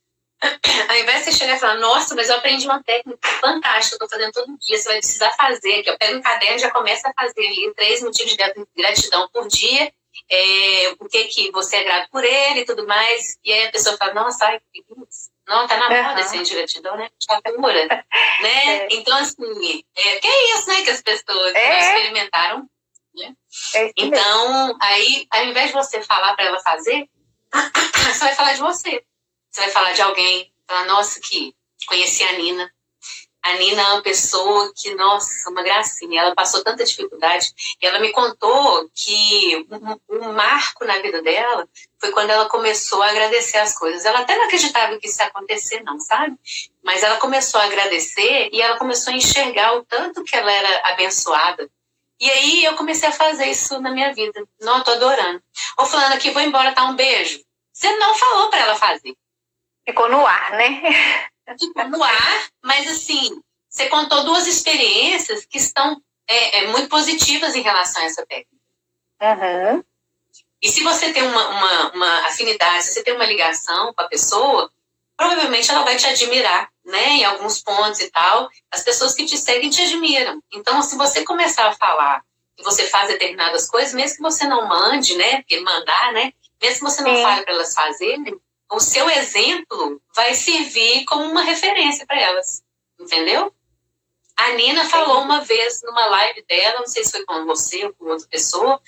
Ao invés de você chegar e falar, nossa, mas eu aprendi uma técnica fantástica, eu tô fazendo todo dia, você vai precisar fazer, que eu pego um caderno e já começa a fazer ali três motivos de gratidão por dia, é, o que que você é grato por ele e tudo mais, e aí a pessoa fala, nossa, ai, que isso. Não, tá na moda esse de gratidão, né? Tá pura, né? É. Então, assim, é, que é isso, né, que as pessoas é. experimentaram, né? É então, aí, ao invés de você falar para ela fazer, você vai falar de você. Você vai falar de alguém, falar, nossa, que conheci a Nina. A Nina é uma pessoa que, nossa, uma gracinha. Ela passou tanta dificuldade. E ela me contou que um, um marco na vida dela foi quando ela começou a agradecer as coisas. Ela até não acreditava que isso ia acontecer, não, sabe? Mas ela começou a agradecer e ela começou a enxergar o tanto que ela era abençoada. E aí eu comecei a fazer isso na minha vida. Não, eu tô adorando. Ô, fulano, aqui, vou embora, tá? Um beijo. Você não falou para ela fazer. Ficou no ar, né? Ficou no ar, mas assim, você contou duas experiências que estão é, é, muito positivas em relação a essa técnica. Uhum. E se você tem uma, uma, uma afinidade, se você tem uma ligação com a pessoa, provavelmente ela vai te admirar, né? Em alguns pontos e tal. As pessoas que te seguem te admiram. Então, se você começar a falar que você faz determinadas coisas, mesmo que você não mande, né? Porque mandar, né? Mesmo que você não Sim. fale para elas fazerem, o seu exemplo vai servir como uma referência para elas, entendeu? A Nina falou uma vez numa live dela, não sei se foi com você ou com outra pessoa,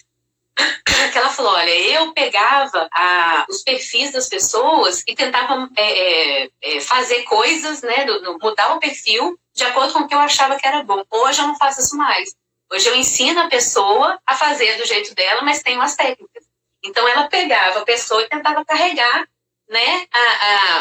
que ela falou, olha, eu pegava a, os perfis das pessoas e tentava é, é, fazer coisas, né, do, do, mudar o perfil de acordo com o que eu achava que era bom. Hoje eu não faço isso mais. Hoje eu ensino a pessoa a fazer do jeito dela, mas tenho as técnicas. Então, ela pegava a pessoa e tentava carregar, né, a, a,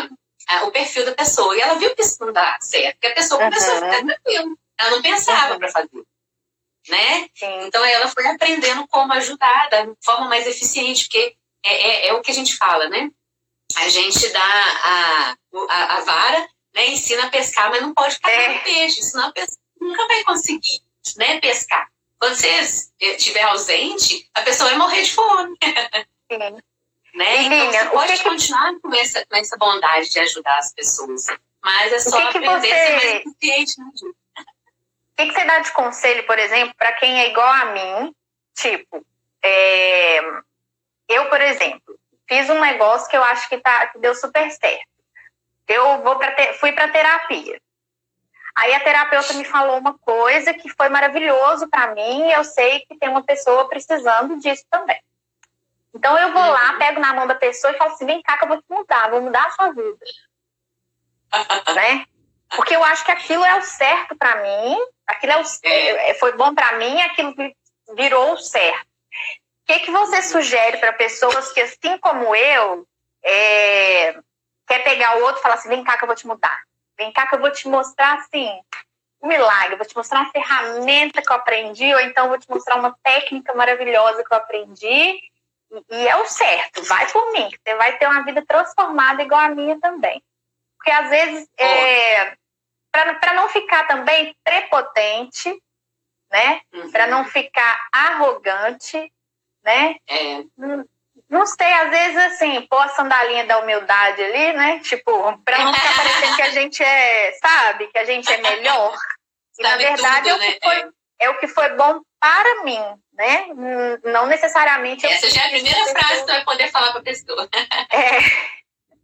a, o perfil da pessoa. E ela viu que isso não dá certo, porque a pessoa começou uhum. a ficar tranquila. Ela não pensava uhum. para fazer. Né? Então ela foi aprendendo como ajudar da forma mais eficiente, porque é, é, é o que a gente fala, né? A gente dá a, a, a vara, né? Ensina a pescar, mas não pode catar é. no peixe, senão a pessoa nunca vai conseguir, né, pescar. Quando você estiver ausente, a pessoa vai morrer de fome. Sim. Né? Então você pode que continuar que... com, essa, com essa bondade de ajudar as pessoas, mas é só que aprender que você... a ser mais eficiente, né, Ju? O que, que você dá de conselho, por exemplo, para quem é igual a mim? Tipo, é... eu, por exemplo, fiz um negócio que eu acho que, tá, que deu super certo. Eu vou pra te... fui para terapia. Aí a terapeuta me falou uma coisa que foi maravilhoso para mim e eu sei que tem uma pessoa precisando disso também. Então eu vou uhum. lá, pego na mão da pessoa e falo assim, vem cá que eu vou te mudar, vou mudar a sua vida. Né? Porque eu acho que aquilo é o certo para mim, aquilo é o, é, foi bom para mim, aquilo virou o certo. O que, que você sugere para pessoas que, assim como eu, é, quer pegar o outro e falar assim, vem cá que eu vou te mudar. Vem cá que eu vou te mostrar, assim, um milagre. Eu vou te mostrar uma ferramenta que eu aprendi, ou então eu vou te mostrar uma técnica maravilhosa que eu aprendi. E, e é o certo, vai por mim, que você vai ter uma vida transformada igual a minha também. Porque, às vezes, é, para não ficar também prepotente, né? Uhum. Para não ficar arrogante, né? É. Não, não sei, às vezes, assim, pôr a sandalinha da humildade ali, né? Tipo, para não ficar parecendo que a gente é, sabe? Que a gente é melhor. E, na verdade, tudo, é, o que né? foi, é. é o que foi bom para mim, né? Não necessariamente... Essa já é a primeira frase que você vai poder falar para a pessoa. É...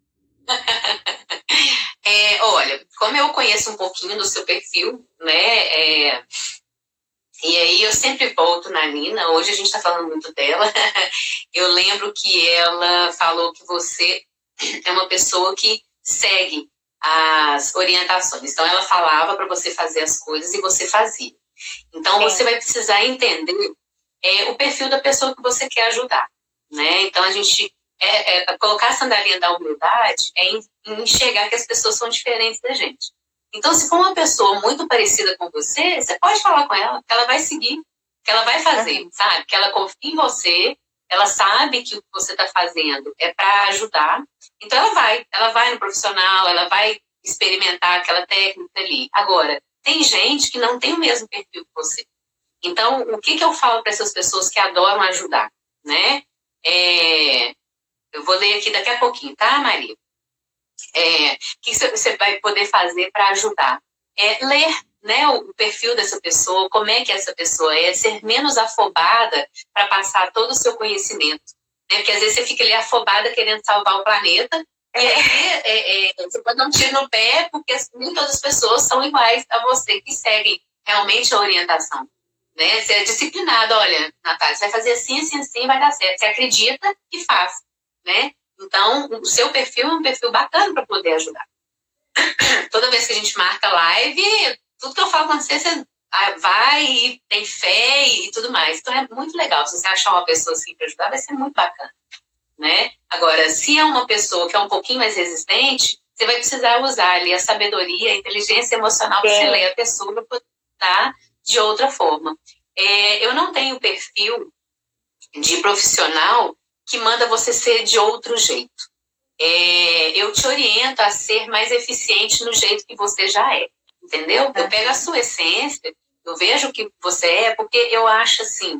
É, olha, como eu conheço um pouquinho do seu perfil, né, é, e aí eu sempre volto na Nina, hoje a gente está falando muito dela, eu lembro que ela falou que você é uma pessoa que segue as orientações, então ela falava para você fazer as coisas e você fazia. Então Sim. você vai precisar entender é, o perfil da pessoa que você quer ajudar, né, então a gente... É, é, colocar a sandalinha da humildade é enxergar que as pessoas são diferentes da gente. Então, se for uma pessoa muito parecida com você, você pode falar com ela, que ela vai seguir, que ela vai fazer, uhum. sabe? Que ela confia em você, ela sabe que o que você está fazendo é para ajudar. Então, ela vai, ela vai no profissional, ela vai experimentar aquela técnica ali. Agora, tem gente que não tem o mesmo perfil que você. Então, o que, que eu falo para essas pessoas que adoram ajudar, né? É... Eu vou ler aqui daqui a pouquinho, tá, Maria? É, o que você vai poder fazer para ajudar? É ler, né, o perfil dessa pessoa, como é que essa pessoa é, ser menos afobada para passar todo o seu conhecimento. Né? Porque às vezes você fica ali afobada querendo salvar o planeta, e aí é, é, você pode dar um tiro no pé, porque nem todas as pessoas são iguais a você que seguem realmente a orientação. Né? Você é disciplinado, olha, Natália, você vai fazer assim, assim, assim, vai dar certo. Você acredita e faz. Né? Então, o seu perfil é um perfil bacana para poder ajudar. Toda vez que a gente marca live, tudo que eu falo com você, você vai e tem fé e tudo mais. Então, é muito legal. Se você achar uma pessoa assim para ajudar, vai ser muito bacana. Né? Agora, se é uma pessoa que é um pouquinho mais resistente, você vai precisar usar ali a sabedoria, a inteligência emocional para você ler a pessoa para poder ajudar de outra forma. É, eu não tenho perfil de profissional que manda você ser de outro jeito. É, eu te oriento a ser mais eficiente no jeito que você já é, entendeu? Eu pego a sua essência, eu vejo o que você é, porque eu acho, assim,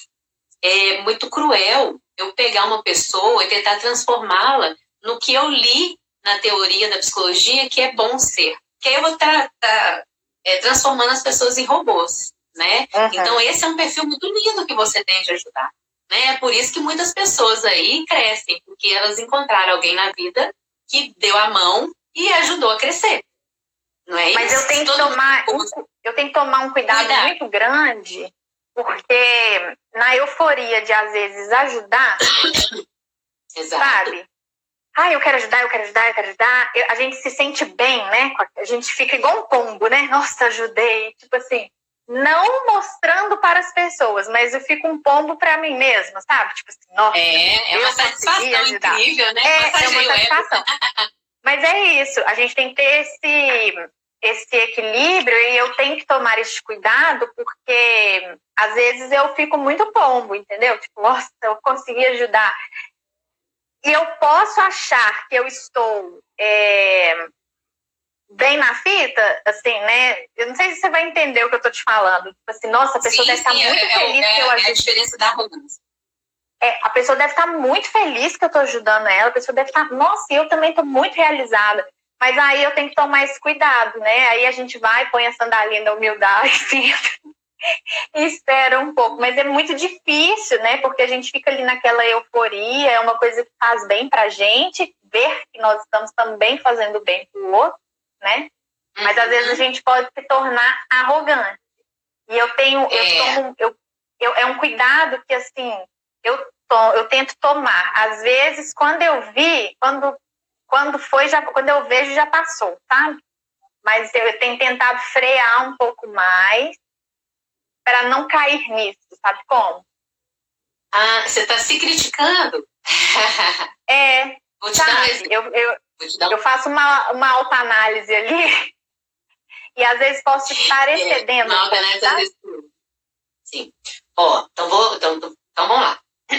é muito cruel eu pegar uma pessoa e tentar transformá-la no que eu li na teoria da psicologia que é bom ser. Porque aí eu vou estar tá, é, transformando as pessoas em robôs, né? Uhum. Então, esse é um perfil muito lindo que você tem de ajudar. Né? É por isso que muitas pessoas aí crescem, porque elas encontraram alguém na vida que deu a mão e ajudou a crescer. Não é Mas isso? eu tenho, que tomar, um, eu tenho que tomar um cuidado Cuidado. muito grande, porque na euforia de, às vezes, ajudar, Exato. sabe? Ah, eu quero ajudar, eu quero ajudar, eu quero ajudar. Eu, a gente se sente bem, né? A gente fica igual um pombo, né? Nossa, ajudei. Tipo assim... Não mostrando para as pessoas, mas eu fico um pombo para mim mesma, sabe? Tipo assim, nossa, é, é uma satisfação incrível, né? É, é uma satisfação. Mas é isso, a gente tem que ter esse, esse equilíbrio e eu tenho que tomar esse cuidado porque às vezes eu fico muito pombo, entendeu? Tipo, nossa, eu consegui ajudar. E eu posso achar que eu estou é, bem na fita, assim, né? Eu não sei se você vai entender o que eu tô te falando. Tipo assim, nossa, a pessoa sim, deve sim, estar muito é, feliz é, que eu ajudo. É a diferença da arrogância. É, a pessoa deve estar muito feliz que eu estou ajudando ela, a pessoa deve estar, nossa, eu também estou muito realizada, mas aí eu tenho que tomar esse cuidado, né? Aí a gente vai, põe a sandalinha da humildade, assim, e espera um pouco, mas é muito difícil, né? Porque a gente fica ali naquela euforia, é uma coisa que faz bem pra gente, ver que nós estamos também fazendo bem pro outro, né? Mas às vezes a gente pode se tornar arrogante. E eu tenho, eu é. tomo, eu, eu, é um cuidado que, assim, eu, to, eu tento tomar. Às vezes, quando eu vi, quando, quando foi, já, quando eu vejo, já passou, sabe? Mas eu, eu tenho tentado frear um pouco mais para não cair nisso, sabe como? Ah, você está se criticando? É, Vou te sabe? dar um exemplo. Eu, eu, Vou te dar um... eu faço uma, uma autoanálise ali e às vezes posso estar excedendo. É, uma autoanálise às vezes. Sim. Ó, então, vou, então, então vamos lá.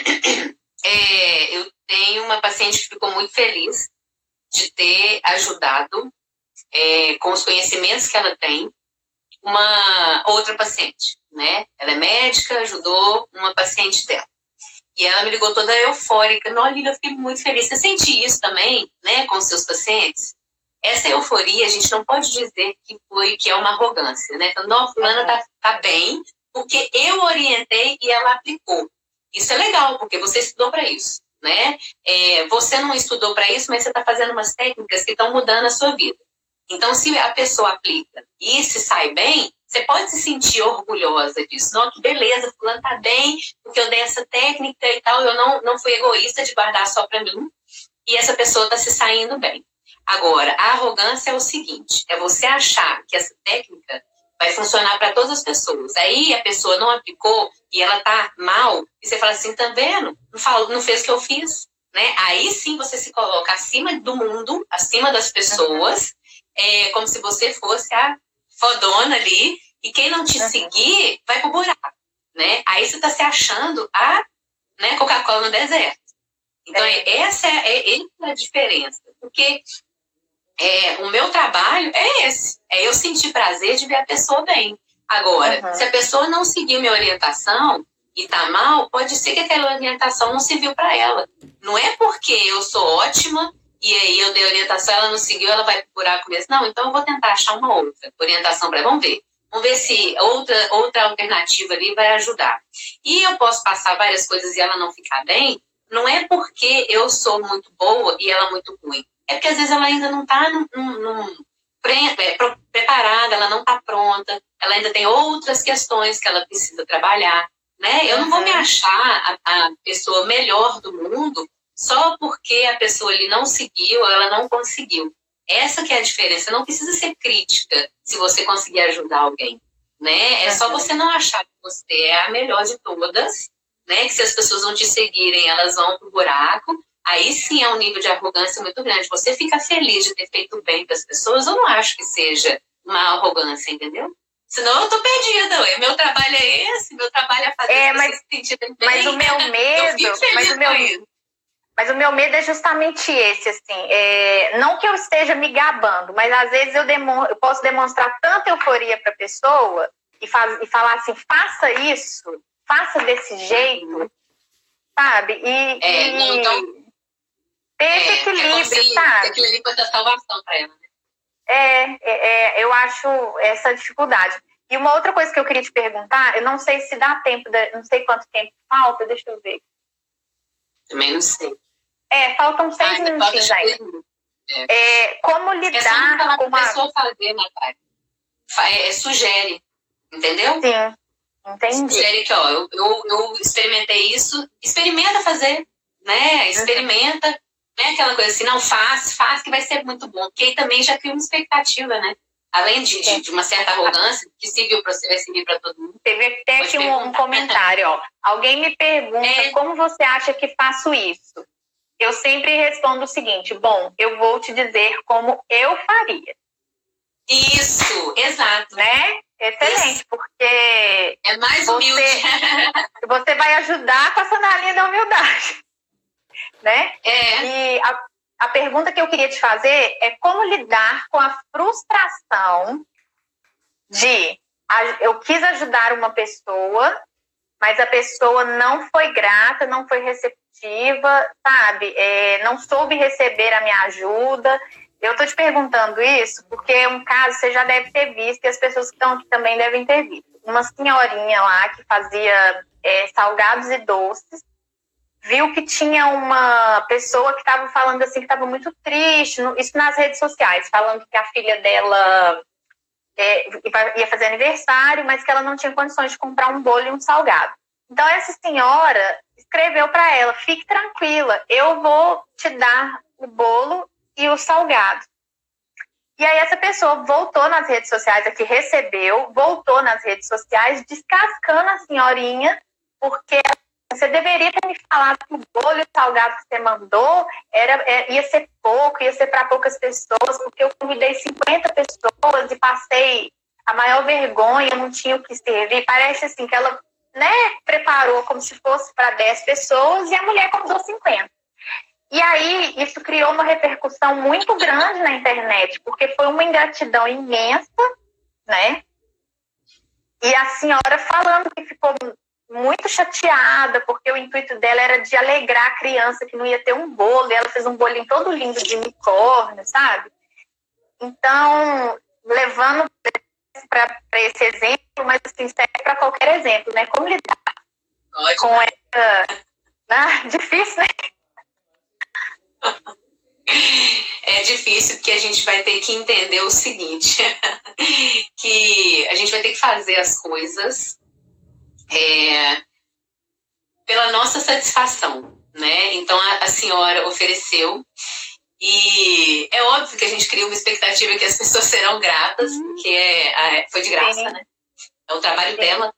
É, eu tenho uma paciente que ficou muito feliz de ter ajudado é, com os conhecimentos que ela tem uma outra paciente, né? Ela é médica, ajudou uma paciente dela. E ela me ligou toda eufórica. Não, Lília, eu fiquei muito feliz. Você sente isso também, né, com os seus pacientes? Essa euforia, a gente não pode dizer que foi, que é uma arrogância, né? Então, não, fulana tá, tá bem, porque eu orientei e ela aplicou. Isso é legal, porque você estudou para isso, né? É, você não estudou para isso, mas você está fazendo umas técnicas que estão mudando a sua vida. Então, se a pessoa aplica e se sai bem, você pode se sentir orgulhosa disso. Não, que beleza, fulano tá bem, porque eu dei essa técnica e tal, eu não, não fui egoísta de guardar só para mim, e essa pessoa está se saindo bem. Agora, a arrogância é o seguinte, é você achar que essa técnica vai funcionar para todas as pessoas. Aí a pessoa não aplicou e ela tá mal, e você fala assim, tá vendo? Não, falo, não fez o que eu fiz, né? Aí sim você se coloca acima do mundo, acima das pessoas, é, como se você fosse a fodona ali, e quem não te seguir vai pro buraco, né? Aí você tá se achando a, né, Coca-Cola no deserto. Então, é. essa é, é, é a diferença, porque é, o meu trabalho é esse, é eu sentir prazer de ver a pessoa bem. Agora, uhum. se a pessoa não seguir minha orientação e tá mal, pode ser que aquela orientação não serviu para ela. Não é porque eu sou ótima e aí eu dei orientação, ela não seguiu, ela vai procurar com isso. Não, então eu vou tentar achar uma outra orientação para ela. Vamos ver. Vamos ver se outra, outra alternativa ali vai ajudar. E eu posso passar várias coisas e ela não ficar bem, não é porque eu sou muito boa e ela muito ruim. É porque às vezes ela ainda não está preparada, ela não está pronta, ela ainda tem outras questões que ela precisa trabalhar, né? Eu não vou me achar a, a pessoa melhor do mundo só porque a pessoa ali não seguiu ou ela não conseguiu. Essa que é a diferença. Não precisa ser crítica se você conseguir ajudar alguém, né? É só você não achar que você é a melhor de todas, né? Que se as pessoas não te seguirem, elas vão pro buraco. Aí sim é um nível de arrogância muito grande. Você fica feliz de ter feito bem para as pessoas, eu não acho que seja uma arrogância, entendeu? Senão eu tô perdida, ué. Meu trabalho é esse, meu trabalho é fazer é, as mas, pessoas se sentirem bem. Mas o meu medo... Eu fico mas o meu medo... Mas o meu medo é justamente esse, assim, é, não que eu esteja me gabando, mas às vezes eu, demon, eu posso demonstrar tanta euforia para a pessoa e, faz, e falar assim, faça isso, faça desse jeito, uhum. sabe? E, é, e não, então, ter esse é, equilíbrio, é sabe? Equilíbrio para dar salvação para ela, né? É, é, é, eu acho essa dificuldade. E uma outra coisa que eu queria te perguntar, eu não sei se dá tempo, não sei quanto tempo falta, deixa eu ver. Também não sei. É, faltam seis ah, minutinhos ainda. É. É, como lidar é com uma... pessoa fazer, Natália. É, sugere, entendeu? Sim, entendi. Sugere que, ó, eu, eu, eu experimentei isso, experimenta fazer, né? Experimenta, uhum. né? Aquela coisa assim, não, faz, faz que vai ser muito bom. Porque aí também já cria uma expectativa, né? Além de, de, de uma certa arrogância, que serviu para você, vai servir para todo mundo. Teve até aqui um, um comentário, ó. Alguém me pergunta, é. como você acha que faço isso? eu sempre respondo o seguinte: bom, eu vou te dizer como eu faria. Isso, exato. Né? Excelente, Isso. porque é mais humilde. Você, você vai ajudar com essa na linha da humildade. Né? É. E a, a pergunta que eu queria te fazer é como lidar com a frustração de eu quis ajudar uma pessoa, mas a pessoa não foi grata, não foi receptiva, sabe? É, não soube receber a minha ajuda. Eu tô te perguntando isso porque é um caso que você já deve ter visto e as pessoas que estão aqui também devem ter visto. Uma senhorinha lá que fazia é, salgados e doces, viu que tinha uma pessoa que estava falando assim, que estava muito triste, isso nas redes sociais, falando que a filha dela é, ia fazer aniversário, mas que ela não tinha condições de comprar um bolo e um salgado. Então essa senhora escreveu para ela: fique tranquila, eu vou te dar o bolo e o salgado. E aí essa pessoa voltou nas redes sociais, aqui recebeu, voltou nas redes sociais, descascando a senhorinha, porque você deveria ter me falado que o bolo e o salgado que você mandou era, é, ia ser pouco, ia ser para poucas pessoas, porque eu convidei cinquenta pessoas e passei a maior vergonha, não tinha o que servir. Parece assim que ela, né, preparou como se fosse para dez pessoas e a mulher convidou cinquenta. E aí isso criou uma repercussão muito grande na internet, porque foi uma ingratidão imensa, né? E a senhora falando que ficou muito chateada, porque o intuito dela era de alegrar a criança que não ia ter um bolo, e ela fez um bolinho todo lindo de unicórnio, sabe? Então, levando para esse exemplo, mas assim, serve para qualquer exemplo, né? Como lidar Ótimo. Com essa... Ah, difícil, né? É difícil porque a gente vai ter que entender o seguinte, que a gente vai ter que fazer as coisas é, pela nossa satisfação, né? Então a, a senhora ofereceu e é óbvio que a gente cria uma expectativa que as pessoas serão gratas, porque é, é, foi de graça, Sim. né? É o trabalho Sim. dela.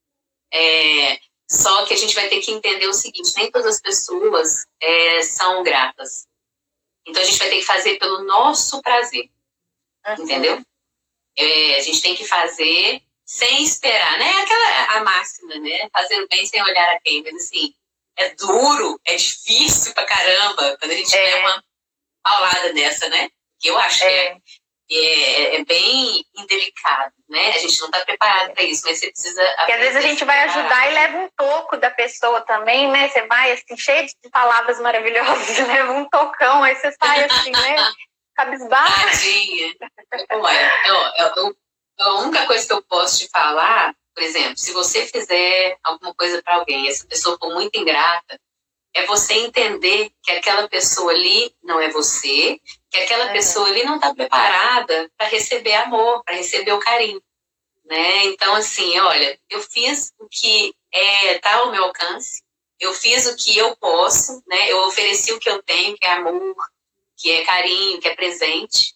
É, só que a gente vai ter que entender o seguinte: nem todas as pessoas é, são gratas. Então, a gente vai ter que fazer pelo nosso prazer, uhum. entendeu? É, a gente tem que fazer sem esperar, né? Aquela a máxima, né? Fazer o bem sem olhar a quem. Mas, assim, é duro, é difícil pra caramba quando a gente é. tem uma paulada dessa, né? Que eu acho é. que é, é, é bem indelicado, né? A gente não tá preparado pra isso, mas você precisa... Porque às vezes a gente vai ajudar e leva um toco da pessoa também, né? Você vai, assim, cheio de palavras maravilhosas, leva um tocão, aí você sai assim, né? Cabisbaixo. Tadinha. Olha, eu, eu, eu, a única coisa que eu posso te falar, por exemplo, se você fizer alguma coisa pra alguém e essa pessoa for muito ingrata, é você entender que aquela pessoa ali não é você, que aquela uhum. pessoa ali não está preparada para receber amor, para receber o carinho, né? Então, assim, olha, eu fiz o que está ao meu alcance, eu fiz o que eu posso, né? Eu ofereci o que eu tenho, que é amor, que é carinho, que é presente.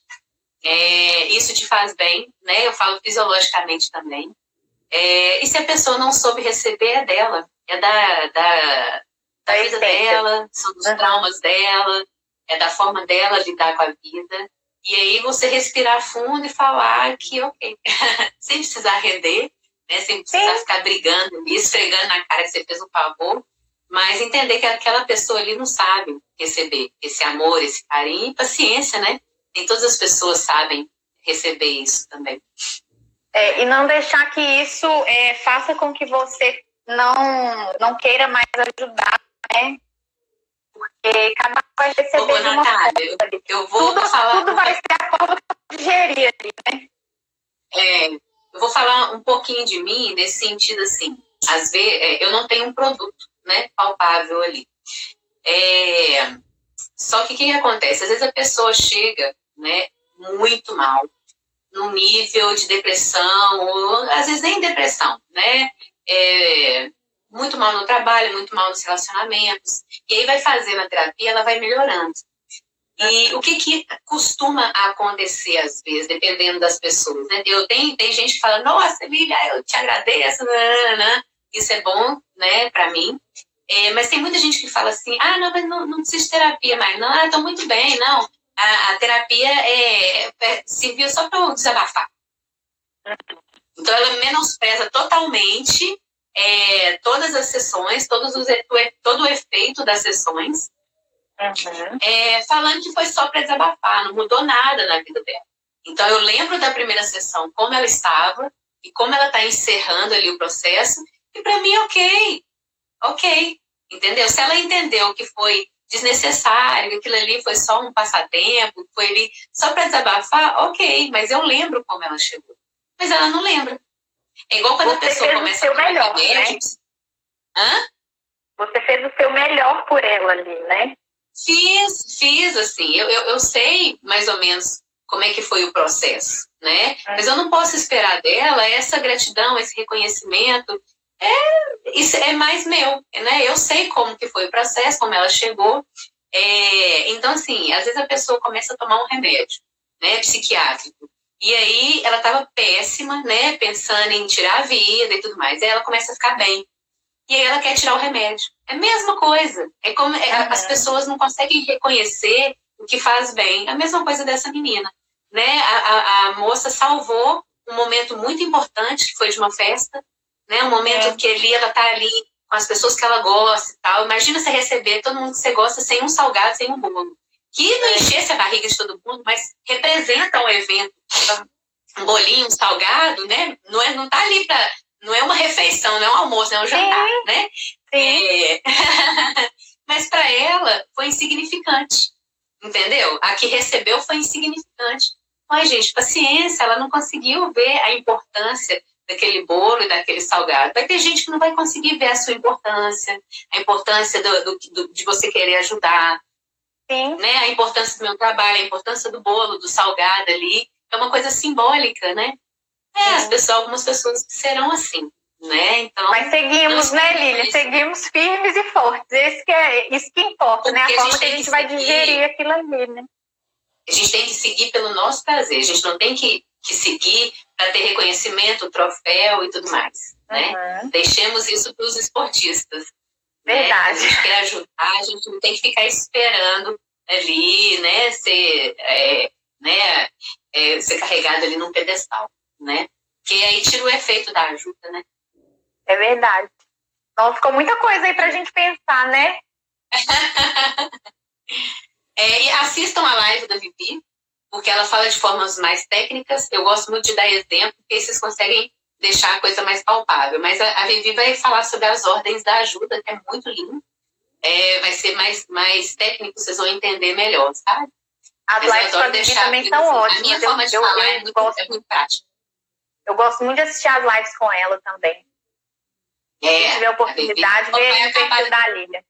É, isso te faz bem, né? Eu falo fisiologicamente também. É, e se a pessoa não soube receber, é dela, é da... da da vida dela, são dos uhum. traumas dela, é da forma dela lidar com a vida. E aí você respirar fundo e falar que ok, sem precisar render, né, sem precisar Sim. ficar brigando e esfregando na cara que você fez um favor, mas entender que aquela pessoa ali não sabe receber esse amor, esse carinho e paciência, né? Nem todas as pessoas sabem receber isso também. É, e não deixar que isso é, faça com que você não, não queira mais ajudar, né? Porque cada um vai receber Ô, de uma Natália, forma. Eu, eu vou tudo, falar... Tudo vai ser a forma de gerir ali, né? É, eu vou falar um pouquinho de mim nesse sentido assim. Às vezes, é, eu não tenho um produto, né, palpável ali. É, só que o que, que acontece? Às vezes a pessoa chega, né, muito mal, num nível de depressão, ou às vezes nem depressão, né? É, muito mal no trabalho, muito mal nos relacionamentos. E aí vai fazendo a terapia, ela vai melhorando. E o que, que costuma acontecer, às vezes, dependendo das pessoas, né? Eu tenho, tem gente que fala, nossa, Lília, eu te agradeço, nanana. Isso é bom, né, pra mim. É, mas tem muita gente que fala assim, ah, não, mas não, não precisa de terapia mais. Não, ah, estou muito bem, não. A, a terapia é, é, serviu só para eu desabafar. Então, ela menospreza totalmente é, todas as sessões, todos os, todo o efeito das sessões, uhum. é, falando que foi só para desabafar, não mudou nada na vida dela. Então, eu lembro da primeira sessão, como ela estava e como ela está encerrando ali o processo, e para mim, ok, ok, entendeu? Se ela entendeu que foi desnecessário, que aquilo ali foi só um passatempo, foi ali só para desabafar, ok, mas eu lembro como ela chegou. Mas ela não lembra. É igual quando Você a pessoa começa a tomar melhor, remédio. Né? Hã? Você fez o seu melhor por ela ali, né? Fiz, fiz, assim. Eu, eu, eu sei mais ou menos como é que foi o processo, né? Hum. Mas eu não posso esperar dela essa gratidão, esse reconhecimento. É, isso é mais meu, né? Eu sei como que foi o processo, como ela chegou. É, então, assim, às vezes a pessoa começa a tomar um remédio, né, psiquiátrico. E aí ela estava péssima, né, pensando em tirar a vida e tudo mais. Aí ela começa a ficar bem. E aí ela quer tirar o remédio. É a mesma coisa. É como é, uhum. As pessoas não conseguem reconhecer o que faz bem. É a mesma coisa dessa menina, né? A, a, a moça salvou um momento muito importante, que foi de uma festa, né? Um momento é. que ali ela tá ali com as pessoas que ela gosta e tal. Imagina você receber todo mundo que você gosta sem um salgado, sem um bolo. Que não enchesse a barriga de todo mundo, mas representa um evento. Um bolinho, um salgado, né? Não, é, não tá ali pra... Não é uma refeição, não é um almoço, não é um jantar, Sim. né? Sim. É... Mas para ela foi insignificante, entendeu? A que recebeu foi insignificante. Ai, gente, paciência, ela não conseguiu ver a importância daquele bolo e daquele salgado. Vai ter gente que não vai conseguir ver a sua importância, a importância do, do, do, de você querer ajudar, Sim. né? A importância do meu trabalho, a importância do bolo, do salgado ali. É uma coisa simbólica, né? É, as pessoas, algumas pessoas serão assim, né? Então, mas seguimos, né, Lília? Seguimos firmes e fortes. Isso que, é, isso que importa, né? A, a forma que a gente vai seguir, digerir aquilo ali, né? A gente tem que seguir pelo nosso prazer. A gente não tem que, que seguir para ter reconhecimento, troféu e tudo mais, né? Uhum. Deixemos isso para os esportistas. Verdade. Né? A gente quer ajudar, a gente não tem que ficar esperando ali, né? Ser, é, né? É, ser carregado ali num pedestal. Né? Que aí tira o efeito da ajuda, né? É verdade. Então ficou muita coisa aí pra gente pensar, né? é, e assistam a live da Vivi, porque ela fala de formas mais técnicas. Eu gosto muito de dar exemplo, porque aí vocês conseguem deixar a coisa mais palpável. Mas a, a Vivi vai falar sobre as ordens da ajuda, que é muito lindo. É, vai ser mais, mais técnico, vocês vão entender melhor, sabe? As Mas lives da Vivi também são assim, ótimas. A minha forma de eu, falar eu, é, muito, gosto... é muito prática. Eu gosto muito de assistir as lives com ela também. É, quem tiver oportunidade, vê o perfil da Lília.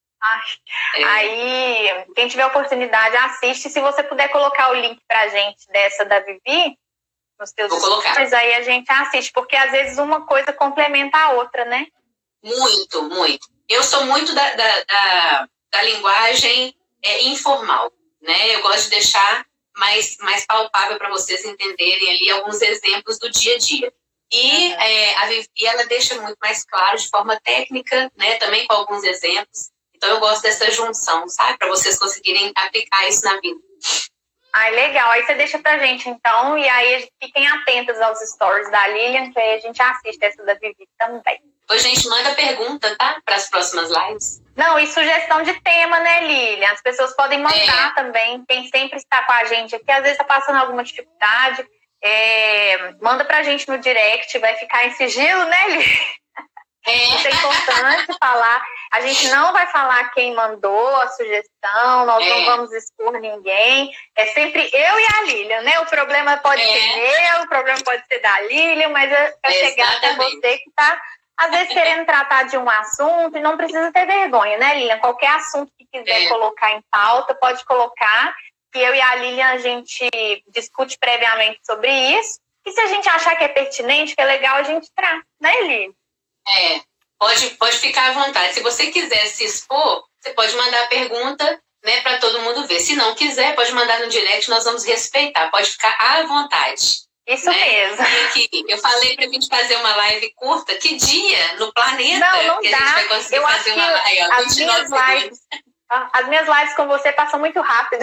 É. Aí, quem tiver oportunidade, assiste. Se você puder colocar o link pra gente dessa da Vivi, nos teus stories, aí a gente assiste. Porque às vezes uma coisa complementa a outra, né? Muito, muito. Eu sou muito da, da, da, da linguagem é, informal, né? Eu gosto de deixar mais, mais palpável para vocês entenderem ali alguns exemplos do dia a dia. E uhum. é, a Vivi, ela deixa muito mais claro de forma técnica, né, também com alguns exemplos. Então eu gosto dessa junção, sabe? Para vocês conseguirem aplicar isso na vida. Ai, legal. Aí você deixa pra gente, então, e aí fiquem atentas aos stories da Lilian, que aí a gente assiste essa da Vivi também. Oi, gente, manda pergunta, tá? Para as próximas lives. Não, e sugestão de tema, né, Lilian? As pessoas podem mandar é. também. Quem sempre está com a gente aqui, às vezes está passando alguma dificuldade, é, manda pra gente no direct, vai ficar em sigilo, né, Lilian? É. Isso é importante falar. A gente não vai falar quem mandou a sugestão, nós é. não vamos expor ninguém. É sempre eu e a Lilian, né? O problema pode é. ser meu, o problema pode ser da Lilian, mas é para chegar até você que está, às vezes, querendo tratar de um assunto e não precisa ter vergonha, né, Lilian? Qualquer assunto que quiser é. colocar em pauta, pode colocar, que eu e a Lilian a gente discute previamente sobre isso. E se a gente achar que é pertinente, que é legal, a gente traz, né, Lilian? É, pode, pode ficar à vontade. Se você quiser se expor, você pode mandar a pergunta, né, para todo mundo ver. Se não quiser, pode mandar no direct, nós vamos respeitar. Pode ficar à vontade. Isso né? mesmo. E aqui, eu falei pra gente fazer uma live curta. Que dia no planeta Não, não que dá. a gente vai conseguir eu fazer acho que uma live? Ó, as minhas lives, as minhas lives com você passam muito rápido.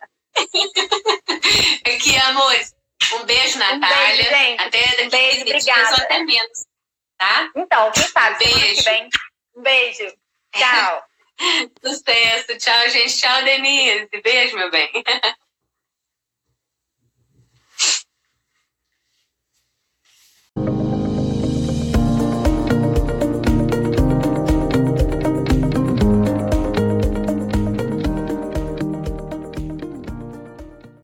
Aqui, amores. Um beijo, Natália. Um beijo, gente. Até daqui Um beijo, quinze dias obrigada. ou até menos, tá? Então, quem sabe, Um semana beijo. que vem. Um beijo. Tchau. Sucesso. Tchau, gente. Tchau, Denise. Beijo, meu bem.